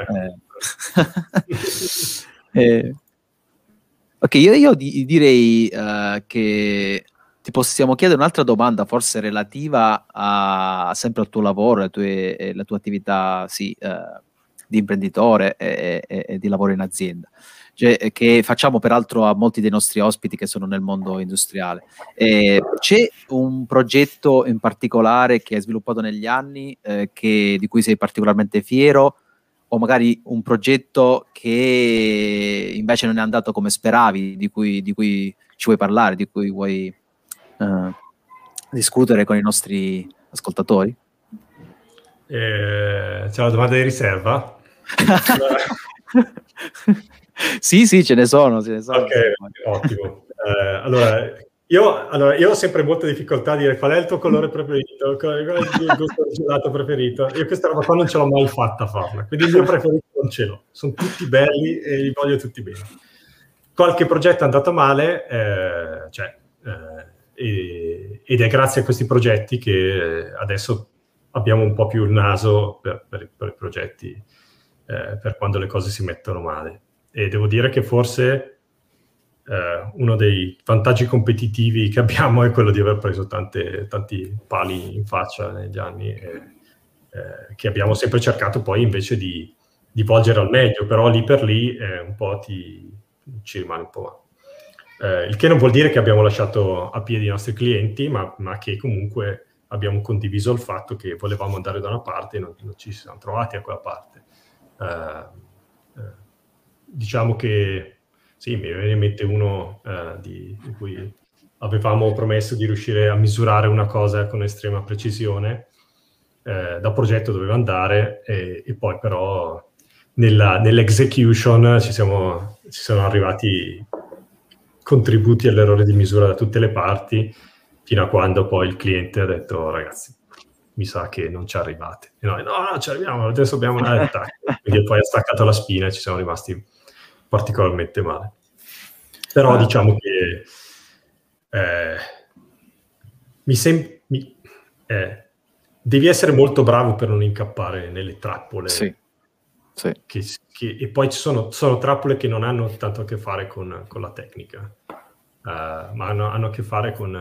Ok, io direi che ti possiamo chiedere un'altra domanda, forse relativa sempre al tuo lavoro, la tua attività di imprenditore e di lavoro in azienda, cioè, che facciamo peraltro a molti dei nostri ospiti che sono nel mondo industriale. C'è un progetto in particolare che hai sviluppato negli anni di cui sei particolarmente fiero, o magari un progetto che invece non è andato come speravi, di cui ci vuoi parlare, di cui vuoi discutere con i nostri ascoltatori? C'è la domanda di riserva? Sì, ce ne sono. Ok, ottimo. Allora, io ho sempre molta difficoltà a dire qual è il tuo colore preferito, qual è il gusto del gelato preferito. Io questa roba qua non ce l'ho mai fatta farla, quindi il mio preferito non ce l'ho. Sono tutti belli e li voglio tutti bene. Qualche progetto è andato male, ed è grazie a questi progetti che adesso abbiamo un po' più il naso per i progetti per quando le cose si mettono male. E devo dire che forse uno dei vantaggi competitivi che abbiamo è quello di aver preso tanti pali in faccia negli anni, che abbiamo sempre cercato poi invece di volgere al meglio, però lì per lì un po' ci rimane un po' male. Il che non vuol dire che abbiamo lasciato a piedi i nostri clienti, ma che comunque abbiamo condiviso il fatto che volevamo andare da una parte e non ci siamo trovati a quella parte. Diciamo che sì, mi viene in mente uno di cui avevamo promesso di riuscire a misurare una cosa con estrema precisione, da progetto doveva andare, e poi però nell'execution ci sono arrivati contributi all'errore di misura da tutte le parti, fino a quando poi il cliente ha detto: ragazzi, mi sa che non ci arrivate. E noi, no, ci arriviamo, adesso abbiamo una realtà. Quindi poi ha staccato la spina e ci siamo rimasti particolarmente male. Però diciamo che devi essere molto bravo per non incappare nelle trappole. Sì. E poi ci sono trappole che non hanno tanto a che fare con la tecnica, ma hanno a che fare con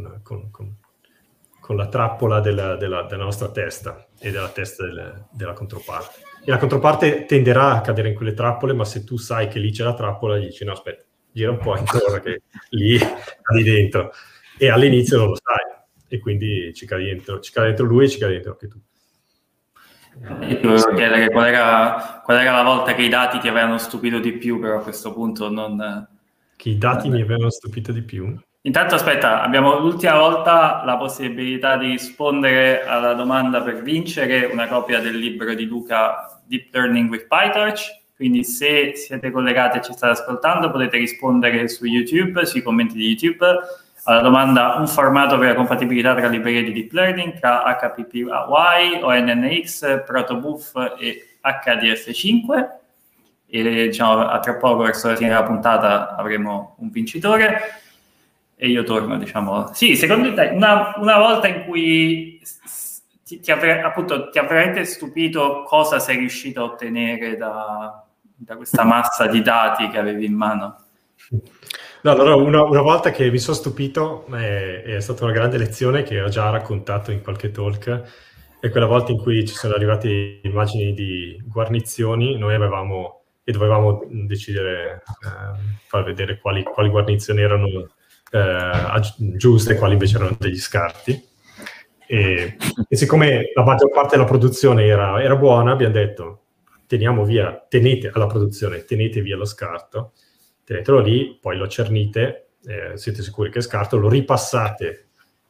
la trappola della nostra testa e della testa della controparte. E la controparte tenderà a cadere in quelle trappole, ma se tu sai che lì c'è la trappola, gli dici: no, aspetta, gira un po' intorno che lì cadi dentro. E all'inizio non lo sai, e quindi ci cade dentro lui e ci cade dentro anche tu. Io ti volevo chiedere qual era la volta che i dati ti avevano stupito di più, però a questo punto non... Che i dati mi avevano stupito di più? Intanto aspetta, abbiamo l'ultima volta la possibilità di rispondere alla domanda per vincere una copia del libro di Luca, Deep Learning with PyTorch. Quindi se siete collegati e ci state ascoltando, potete rispondere su YouTube, sui commenti di YouTube, alla domanda: un formato per la compatibilità tra librerie di Deep Learning, tra HPPY, ONNX, Protobuf e HDF5. E diciamo, a tra poco, verso la fine della puntata, avremo un vincitore. E io torno, diciamo... Sì, secondo te, una volta in cui ti ha veramente stupito cosa sei riuscito a ottenere da questa massa di dati che avevi in mano? No, allora una volta che mi sono stupito, è stata una grande lezione che ho già raccontato in qualche talk, è quella volta in cui ci sono arrivate immagini di guarnizioni. Noi avevamo e dovevamo decidere, far vedere quali guarnizioni erano giuste e quali invece erano degli scarti. E siccome la maggior parte della produzione era buona, abbiamo detto: tenete alla produzione, tenete via lo scarto, tenetelo lì, poi lo cernite, siete sicuri che è scarto, lo ripassate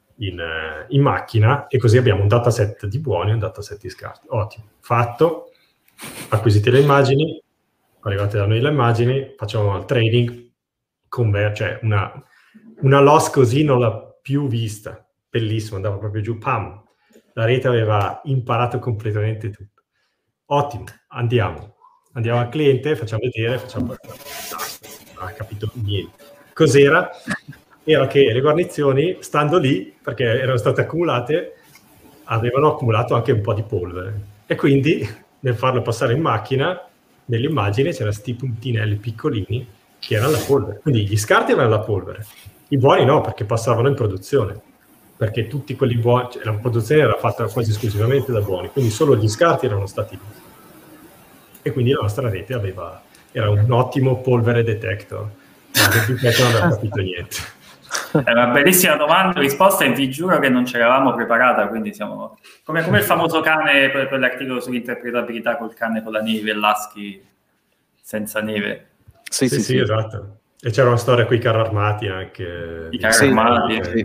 in macchina, e così abbiamo un dataset di buoni e un dataset di scarti. Ottimo, fatto, acquisite le immagini, arrivate da noi le immagini, facciamo il training, cioè una loss così non l'ha più vista, bellissimo, andava proprio giù, pam, la rete aveva imparato completamente tutto. Ottimo, andiamo al cliente, facciamo vedere, non ha capito niente. Cos'era? Era che le guarnizioni, stando lì, perché erano state accumulate, avevano accumulato anche un po' di polvere, e quindi nel farlo passare in macchina, nell'immagine c'erano questi puntinelli piccolini che erano la polvere. Quindi gli scarti erano la polvere, i buoni no, perché passavano in produzione, perché tutti quelli buoni, cioè, la produzione era fatta quasi esclusivamente da buoni, quindi solo gli scarti erano stati lì. E quindi la nostra rete era un ottimo polvere detector, ma non aveva capito niente. È una bellissima domanda, risposta, e vi giuro che non ci eravamo preparata, quindi siamo come il famoso cane, quell'articolo sull'interpretabilità col cane con la neve e l'husky senza neve. Sì, esatto. E c'era una storia con i carri armati anche. I carri armati.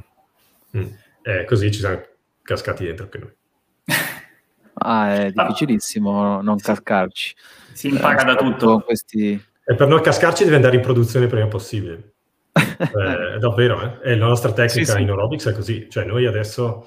Così ci siamo cascati dentro anche noi. È difficilissimo non cascarci. Si impara da tutto. Questi... E per non cascarci deve andare in produzione prima possibile. Davvero, la nostra tecnica in aerobics è così. Cioè noi adesso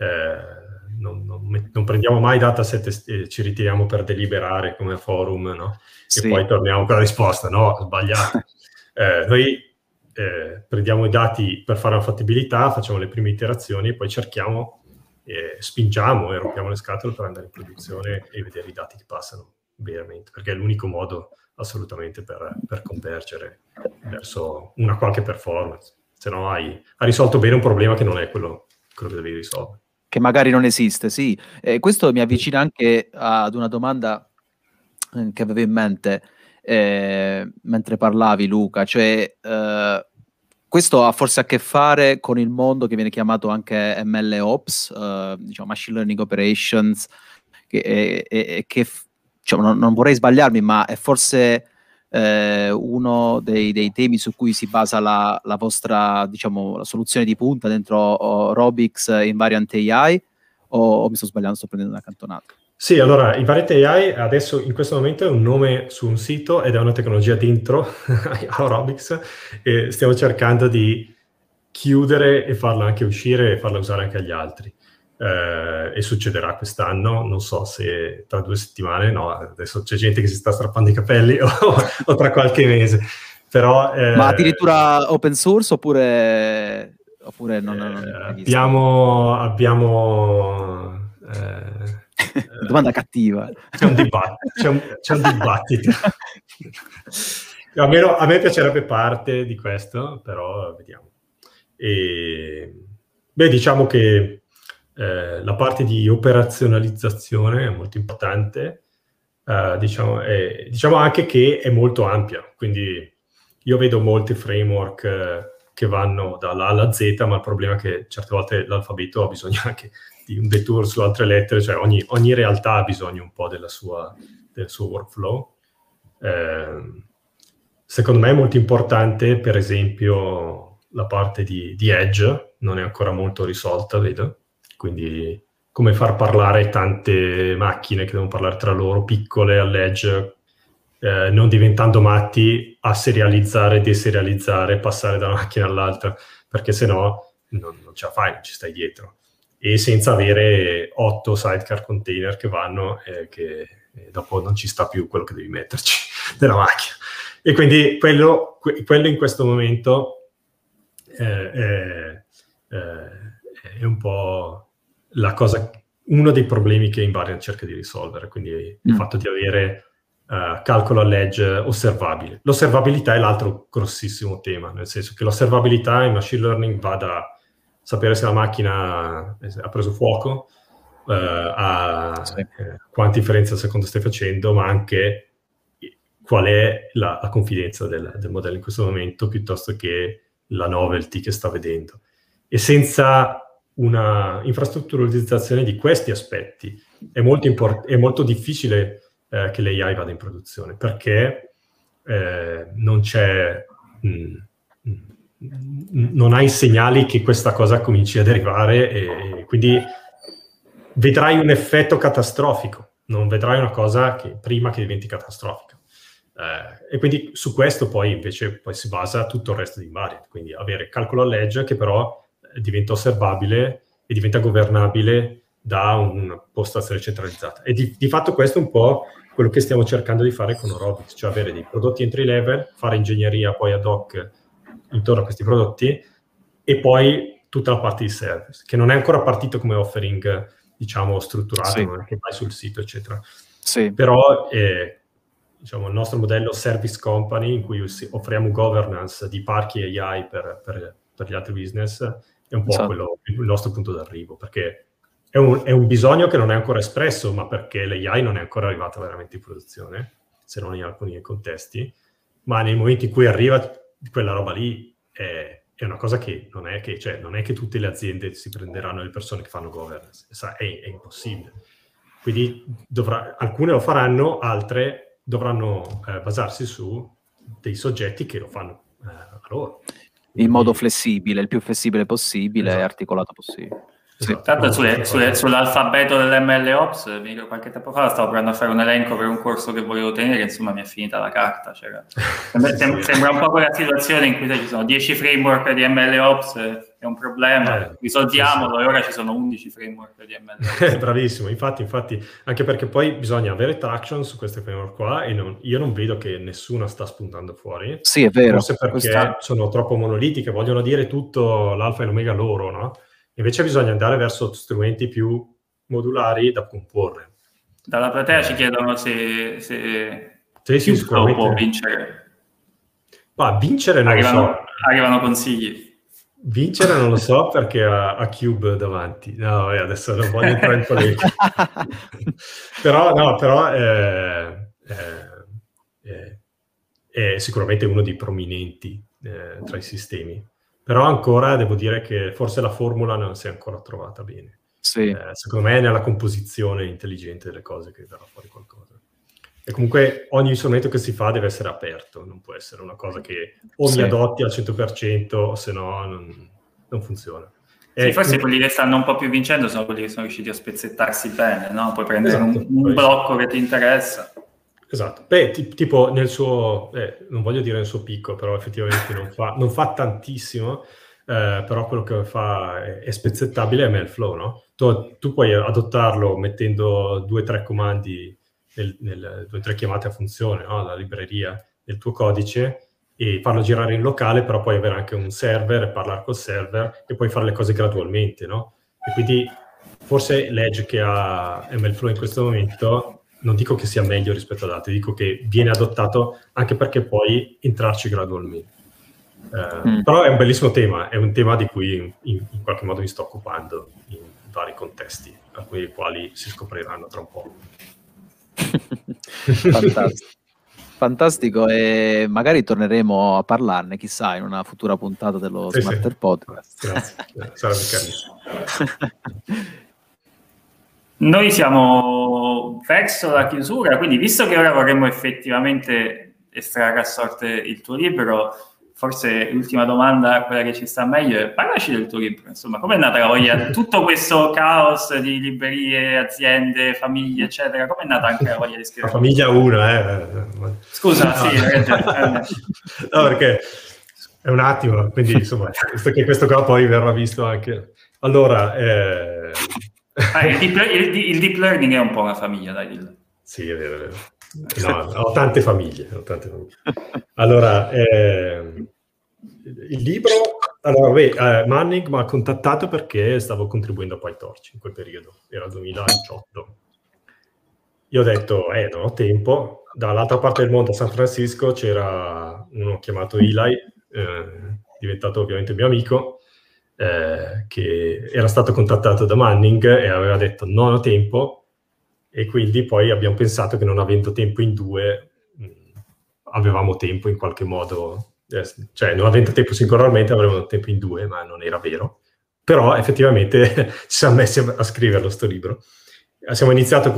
non prendiamo mai dataset e ci ritiriamo per deliberare come forum, no? E poi torniamo con la risposta, no, sbagliato. Noi prendiamo i dati per fare la fattibilità, facciamo le prime iterazioni e poi cerchiamo, spingiamo e rompiamo le scatole per andare in produzione e vedere i dati che passano veramente, perché è l'unico modo assolutamente per convergere verso una qualche performance. Se no hai risolto bene un problema che non è quello che devi risolvere. Che magari non esiste, sì. Questo mi avvicina anche ad una domanda che avevo in mente mentre parlavi, Luca, cioè questo ha forse a che fare con il mondo che viene chiamato anche MLOps, diciamo Machine Learning Operations, che diciamo, non vorrei sbagliarmi, ma è forse uno dei temi su cui si basa la vostra, diciamo, la soluzione di punta dentro Robix Invariant AI, o mi sto sbagliando, sto prendendo una cantonata? Sì, allora, Invariant AI adesso in questo momento è un nome su un sito ed è una tecnologia dentro a Robix, e stiamo cercando di chiudere e farla anche uscire e farla usare anche agli altri. E succederà quest'anno, non so se tra 2 settimane, no, adesso c'è gente che si sta strappando i capelli o tra qualche mese, però... Ma addirittura open source oppure non abbiamo domanda cattiva. C'è un dibattito. A me piacerebbe parte di questo, però vediamo. Diciamo che la parte di operazionalizzazione è molto importante, diciamo anche che è molto ampia, quindi io vedo molti framework che vanno dall'A alla Z, ma il problema è che certe volte l'alfabeto ha bisogno anche di un detour su altre lettere, cioè ogni realtà ha bisogno un po' del suo workflow. Secondo me è molto importante, per esempio, la parte di Edge, non è ancora molto risolta, vedo, quindi come far parlare tante macchine che devono parlare tra loro, piccole all'Edge, non diventando matti a serializzare, deserializzare, passare da una macchina all'altra, perché sennò non ce la fai, non ci stai dietro. E senza avere 8 sidecar container che vanno e che dopo non ci sta più quello che devi metterci nella macchina. E quindi quello in questo momento è un po' la cosa, uno dei problemi che Invariant cerca di risolvere, quindi il fatto di avere calcolo all'edge osservabile. L'osservabilità è l'altro grossissimo tema, nel senso che l'osservabilità in machine learning va da sapere se la macchina ha preso fuoco, quante differenze al secondo stai facendo, ma anche qual è la confidenza del modello in questo momento, piuttosto che la novelty che sta vedendo. E senza una infrastrutturalizzazione di questi aspetti è molto difficile che l'AI vada in produzione, perché non hai segnali che questa cosa cominci a derivare, e quindi vedrai un effetto catastrofico, non vedrai una cosa che prima che diventi catastrofica. E quindi su questo poi si basa tutto il resto di Invariant, quindi avere calcolo all'edge che però diventa osservabile e diventa governabile da un'impostazione centralizzata. E di fatto questo è un po' quello che stiamo cercando di fare con Robix, cioè avere dei prodotti entry level, fare ingegneria poi ad hoc intorno a questi prodotti, e poi tutta la parte di service, che non è ancora partito come offering, diciamo, strutturato, sì, non è che vai sul sito, eccetera. Sì. Però diciamo, il nostro modello service company, in cui offriamo governance di parchi AI per gli altri business, è un po' quello, il nostro punto d'arrivo, perché è un bisogno che non è ancora espresso, ma perché l'AI non è ancora arrivata veramente in produzione, se non in alcuni contesti, ma nei momenti in cui arriva quella roba lì è una cosa che non è che tutte le aziende si prenderanno le persone che fanno governance, è impossibile. Quindi alcune lo faranno, altre dovranno basarsi su dei soggetti che lo fanno a loro. In modo flessibile, il più flessibile possibile, esatto, e articolato possibile. Sì. Tanto sull'alfabeto dell'MLOps, qualche tempo fa stavo provando a fare un elenco per un corso che volevo tenere, insomma mi è finita la carta. Sembra un po' quella situazione in cui ci sono 10 framework di MLOps, è un problema, risolviamolo, sì. E ora ci sono 11 framework di MLOps. Bravissimo, infatti, anche perché poi bisogna avere traction su queste framework qua, e io non vedo che nessuno sta spuntando fuori. Sì, è vero. Forse perché sono troppo monolitiche, vogliono dire tutto l'alfa e l'omega loro, no? Invece bisogna andare verso strumenti più modulari da comporre. Dalla platea ci chiedono se sì, può vincere. Ma vincere non lo so. Arrivano consigli. Vincere non lo so perché ha Cube davanti. No, adesso non voglio entrare in polemica. però è sicuramente uno dei prominenti tra i sistemi. Però ancora devo dire che forse la formula non si è ancora trovata bene. Sì. Secondo me è nella composizione intelligente delle cose che verrà fuori qualcosa. E comunque ogni strumento che si fa deve essere aperto, non può essere una cosa che o mi adotti al 100% o se no non funziona. Sì, forse quelli che stanno un po' più vincendo sono quelli che sono riusciti a spezzettarsi bene, no? Puoi prendere un blocco che ti interessa. Esatto. Beh, tipo nel suo, non voglio dire nel suo picco, però effettivamente non fa tantissimo, però quello che fa è spezzettabile è MLflow, no? Tu puoi adottarlo mettendo 2 o 3 comandi, 2 o 3 chiamate a funzione, no? La libreria del tuo codice, e farlo girare in locale, però puoi avere anche un server e parlare col server e puoi fare le cose gradualmente, no? E quindi forse l'edge che ha MLflow in questo momento, non dico che sia meglio rispetto ad altri, dico che viene adottato anche perché puoi entrarci gradualmente. Però è un bellissimo tema, è un tema di cui in qualche modo mi sto occupando in vari contesti, alcuni dei quali si scopriranno tra un po'. Fantastico, e magari torneremo a parlarne, chissà, in una futura puntata dello Smarter Podcast. Grazie, sarebbe carino. Noi siamo verso la chiusura, quindi visto che ora vorremmo effettivamente estrarre a sorte il tuo libro, forse l'ultima domanda, quella che ci sta meglio, è parlaci del tuo libro, insomma, com'è nata la voglia, tutto questo caos di librerie, aziende, famiglie, eccetera, com'è nata anche la voglia di scrivere? La famiglia una, Scusa, no. Sì, no, perché è un attimo, quindi insomma, visto che questo qua poi verrà visto anche. Allora, il deep learning è un po' una famiglia, dai, dillo. Sì, è vero. No, ho tante famiglie. Allora, il libro... Allora, Manning mi ha contattato perché stavo contribuendo a PyTorch in quel periodo, era il 2018. Io ho detto, non ho tempo. Dall'altra parte del mondo, a San Francisco, c'era uno chiamato Eli, diventato ovviamente mio amico, che era stato contattato da Manning e aveva detto non ho tempo, e quindi poi abbiamo pensato che non avendo tempo in 2 avevamo tempo in qualche modo, cioè non avendo tempo singolarmente avremmo tempo in 2, ma non era vero. Però effettivamente ci siamo messi a scriverlo sto libro. Abbiamo iniziato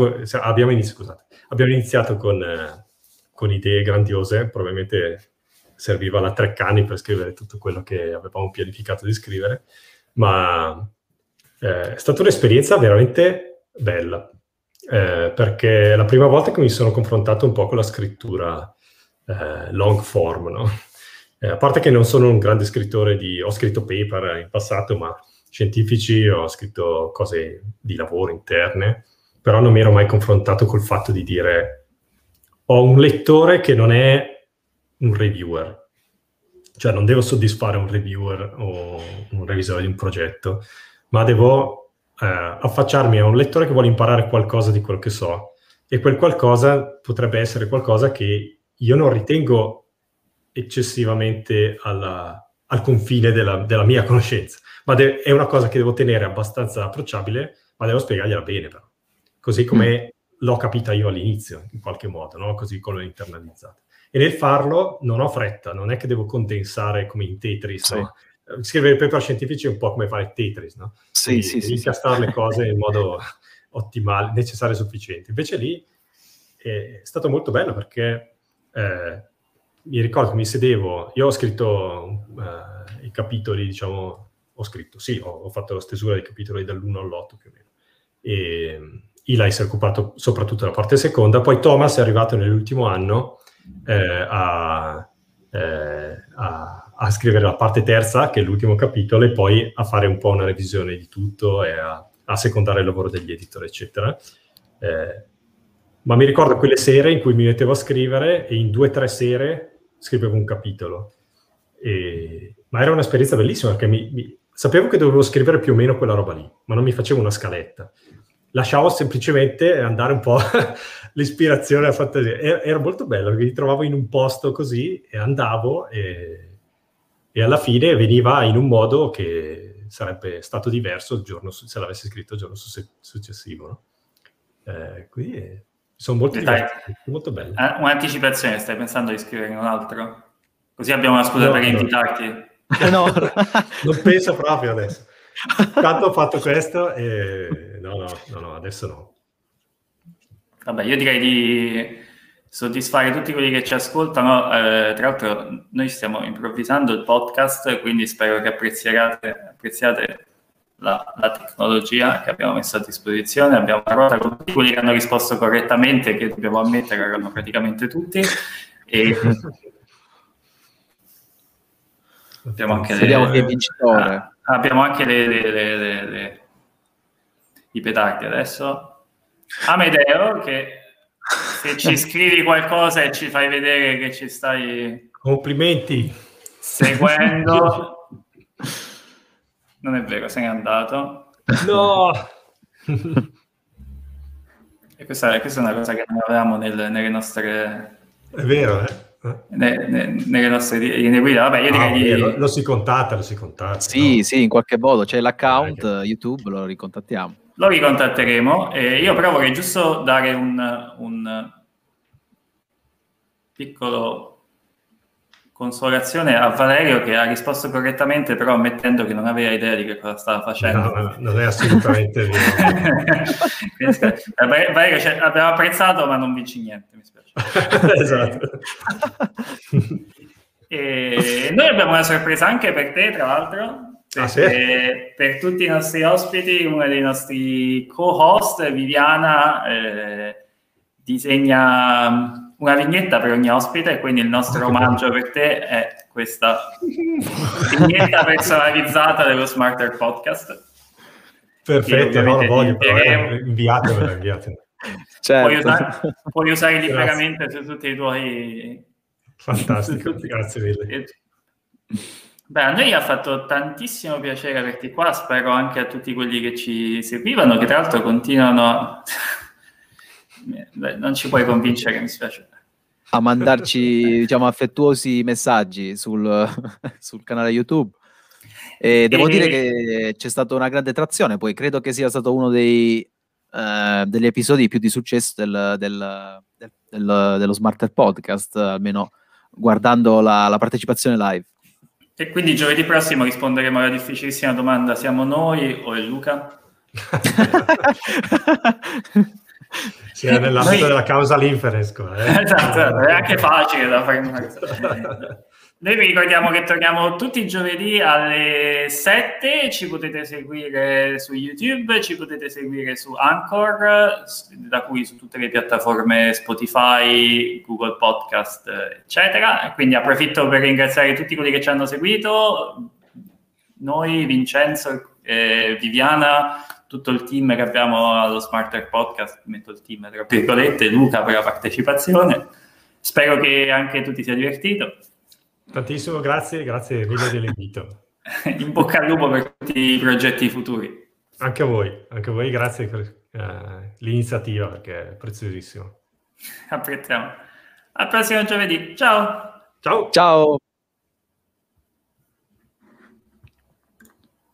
con idee grandiose, probabilmente serviva la Treccani per scrivere tutto quello che avevamo pianificato di scrivere, ma è stata un'esperienza veramente bella, perché è la prima volta che mi sono confrontato un po' con la scrittura long form, no? A parte che non sono un grande scrittore ho scritto paper in passato, ma scientifici, ho scritto cose di lavoro interne, però non mi ero mai confrontato col fatto di dire ho un lettore che non è un reviewer, cioè non devo soddisfare un reviewer o un revisore di un progetto, ma devo affacciarmi a un lettore che vuole imparare qualcosa di quello che so, e quel qualcosa potrebbe essere qualcosa che io non ritengo eccessivamente al confine della mia conoscenza, ma è una cosa che devo tenere abbastanza approcciabile, ma devo spiegargliela bene, però. Così come l'ho capita io all'inizio, in qualche modo, no? Così come l'ho internalizzata. E nel farlo non ho fretta, non è che devo condensare come in Tetris, sì. No? Scrivere paper scientifici è un po' come fare Tetris, no? Sì. Devi incastrare le cose in modo ottimale, necessario e sufficiente. Invece lì è stato molto bello perché mi ricordo che mi sedevo, io ho scritto i capitoli, diciamo, ho fatto la stesura dei capitoli dall'1 all'8 più o meno. E Eli si è occupato soprattutto della parte seconda, poi Thomas è arrivato nell'ultimo anno a scrivere la parte terza, che è l'ultimo capitolo, e poi a fare un po' una revisione di tutto e a secondare il lavoro degli editor, eccetera. Ma mi ricordo quelle sere in cui mi mettevo a scrivere e in 2 o 3 sere scrivevo un capitolo. Ma era un'esperienza bellissima perché sapevo che dovevo scrivere più o meno quella roba lì, ma non mi facevo una scaletta. lasciavo semplicemente andare un po' l'ispirazione, la fantasia. Era molto bello, perché mi trovavo in un posto così e andavo e alla fine veniva in un modo che sarebbe stato diverso il giorno se l'avessi scritto il giorno successivo, no? Quindi sono molto divertenti, molto bello. Un'anticipazione, stai pensando di scrivere un altro? Così abbiamo una scusa per invitarti. No, non penso proprio adesso. Tanto ho fatto questo e no, adesso no. Vabbè, io direi di soddisfare tutti quelli che ci ascoltano. Tra l'altro noi stiamo improvvisando il podcast, quindi spero che apprezziate la tecnologia che abbiamo messo a disposizione. Abbiamo una ruota con tutti quelli che hanno risposto correttamente, che dobbiamo ammettere erano praticamente tutti. E abbiamo anche abbiamo anche i petardi adesso. Amedeo, che se ci scrivi qualcosa e ci fai vedere che ci stai complimenti seguendo, non è vero, se n'è andato. No. E questa è una cosa che non avevamo nelle nostre, è vero, nelle nostre linee guida. Vabbè, io direi lo si contatta. Sì, no? Sì, in qualche modo c'è l'account YouTube, lo ricontattiamo. Lo ricontatteremo. Io però vorrei giusto dare un piccolo consolazione a Valerio, che ha risposto correttamente, però ammettendo che non aveva idea di che cosa stava facendo. No, non è assolutamente vero. Valerio, abbiamo apprezzato, ma non vinci niente, mi spiace. Esatto. E noi abbiamo una sorpresa anche per te, tra l'altro. Per tutti i nostri ospiti, uno dei nostri co-host, Viviana, disegna una vignetta per ogni ospite, e quindi il nostro omaggio per te è questa vignetta personalizzata dello Smarter Podcast. Perfetto, no, lo voglio, però inviatemela. Certo. Puoi usare liberamente su tutti i tuoi... Fantastico, grazie mille. Beh, a noi ha fatto tantissimo piacere averti qua, spero anche a tutti quelli che ci seguivano, che tra l'altro continuano non ci puoi convincere, mi spiace, a mandarci, diciamo, affettuosi messaggi sul canale YouTube. E devo dire che c'è stata una grande trazione, poi credo che sia stato uno degli episodi più di successo dello Smarter Podcast, almeno guardando la partecipazione live. E quindi giovedì prossimo risponderemo alla difficilissima domanda: siamo noi o è Luca? Sì, è nell'ambito della causa inference. Esatto, è anche facile da fare una cosa. Noi vi ricordiamo che torniamo tutti i giovedì alle 7, ci potete seguire su YouTube, ci potete seguire su Anchor, da cui su tutte le piattaforme Spotify, Google Podcast, eccetera. Quindi approfitto per ringraziare tutti quelli che ci hanno seguito, noi, Vincenzo, Viviana, tutto il team che abbiamo allo Smarter Podcast, metto il team tra virgolette, Luca per la partecipazione. Spero che anche tu ti sia divertito. Tantissimo, grazie mille dell'invito. In bocca al lupo per tutti i progetti futuri. Anche a voi grazie per l'iniziativa, perché è preziosissimo. Apprezziamo. Al prossimo giovedì, ciao! Ciao! Ciao!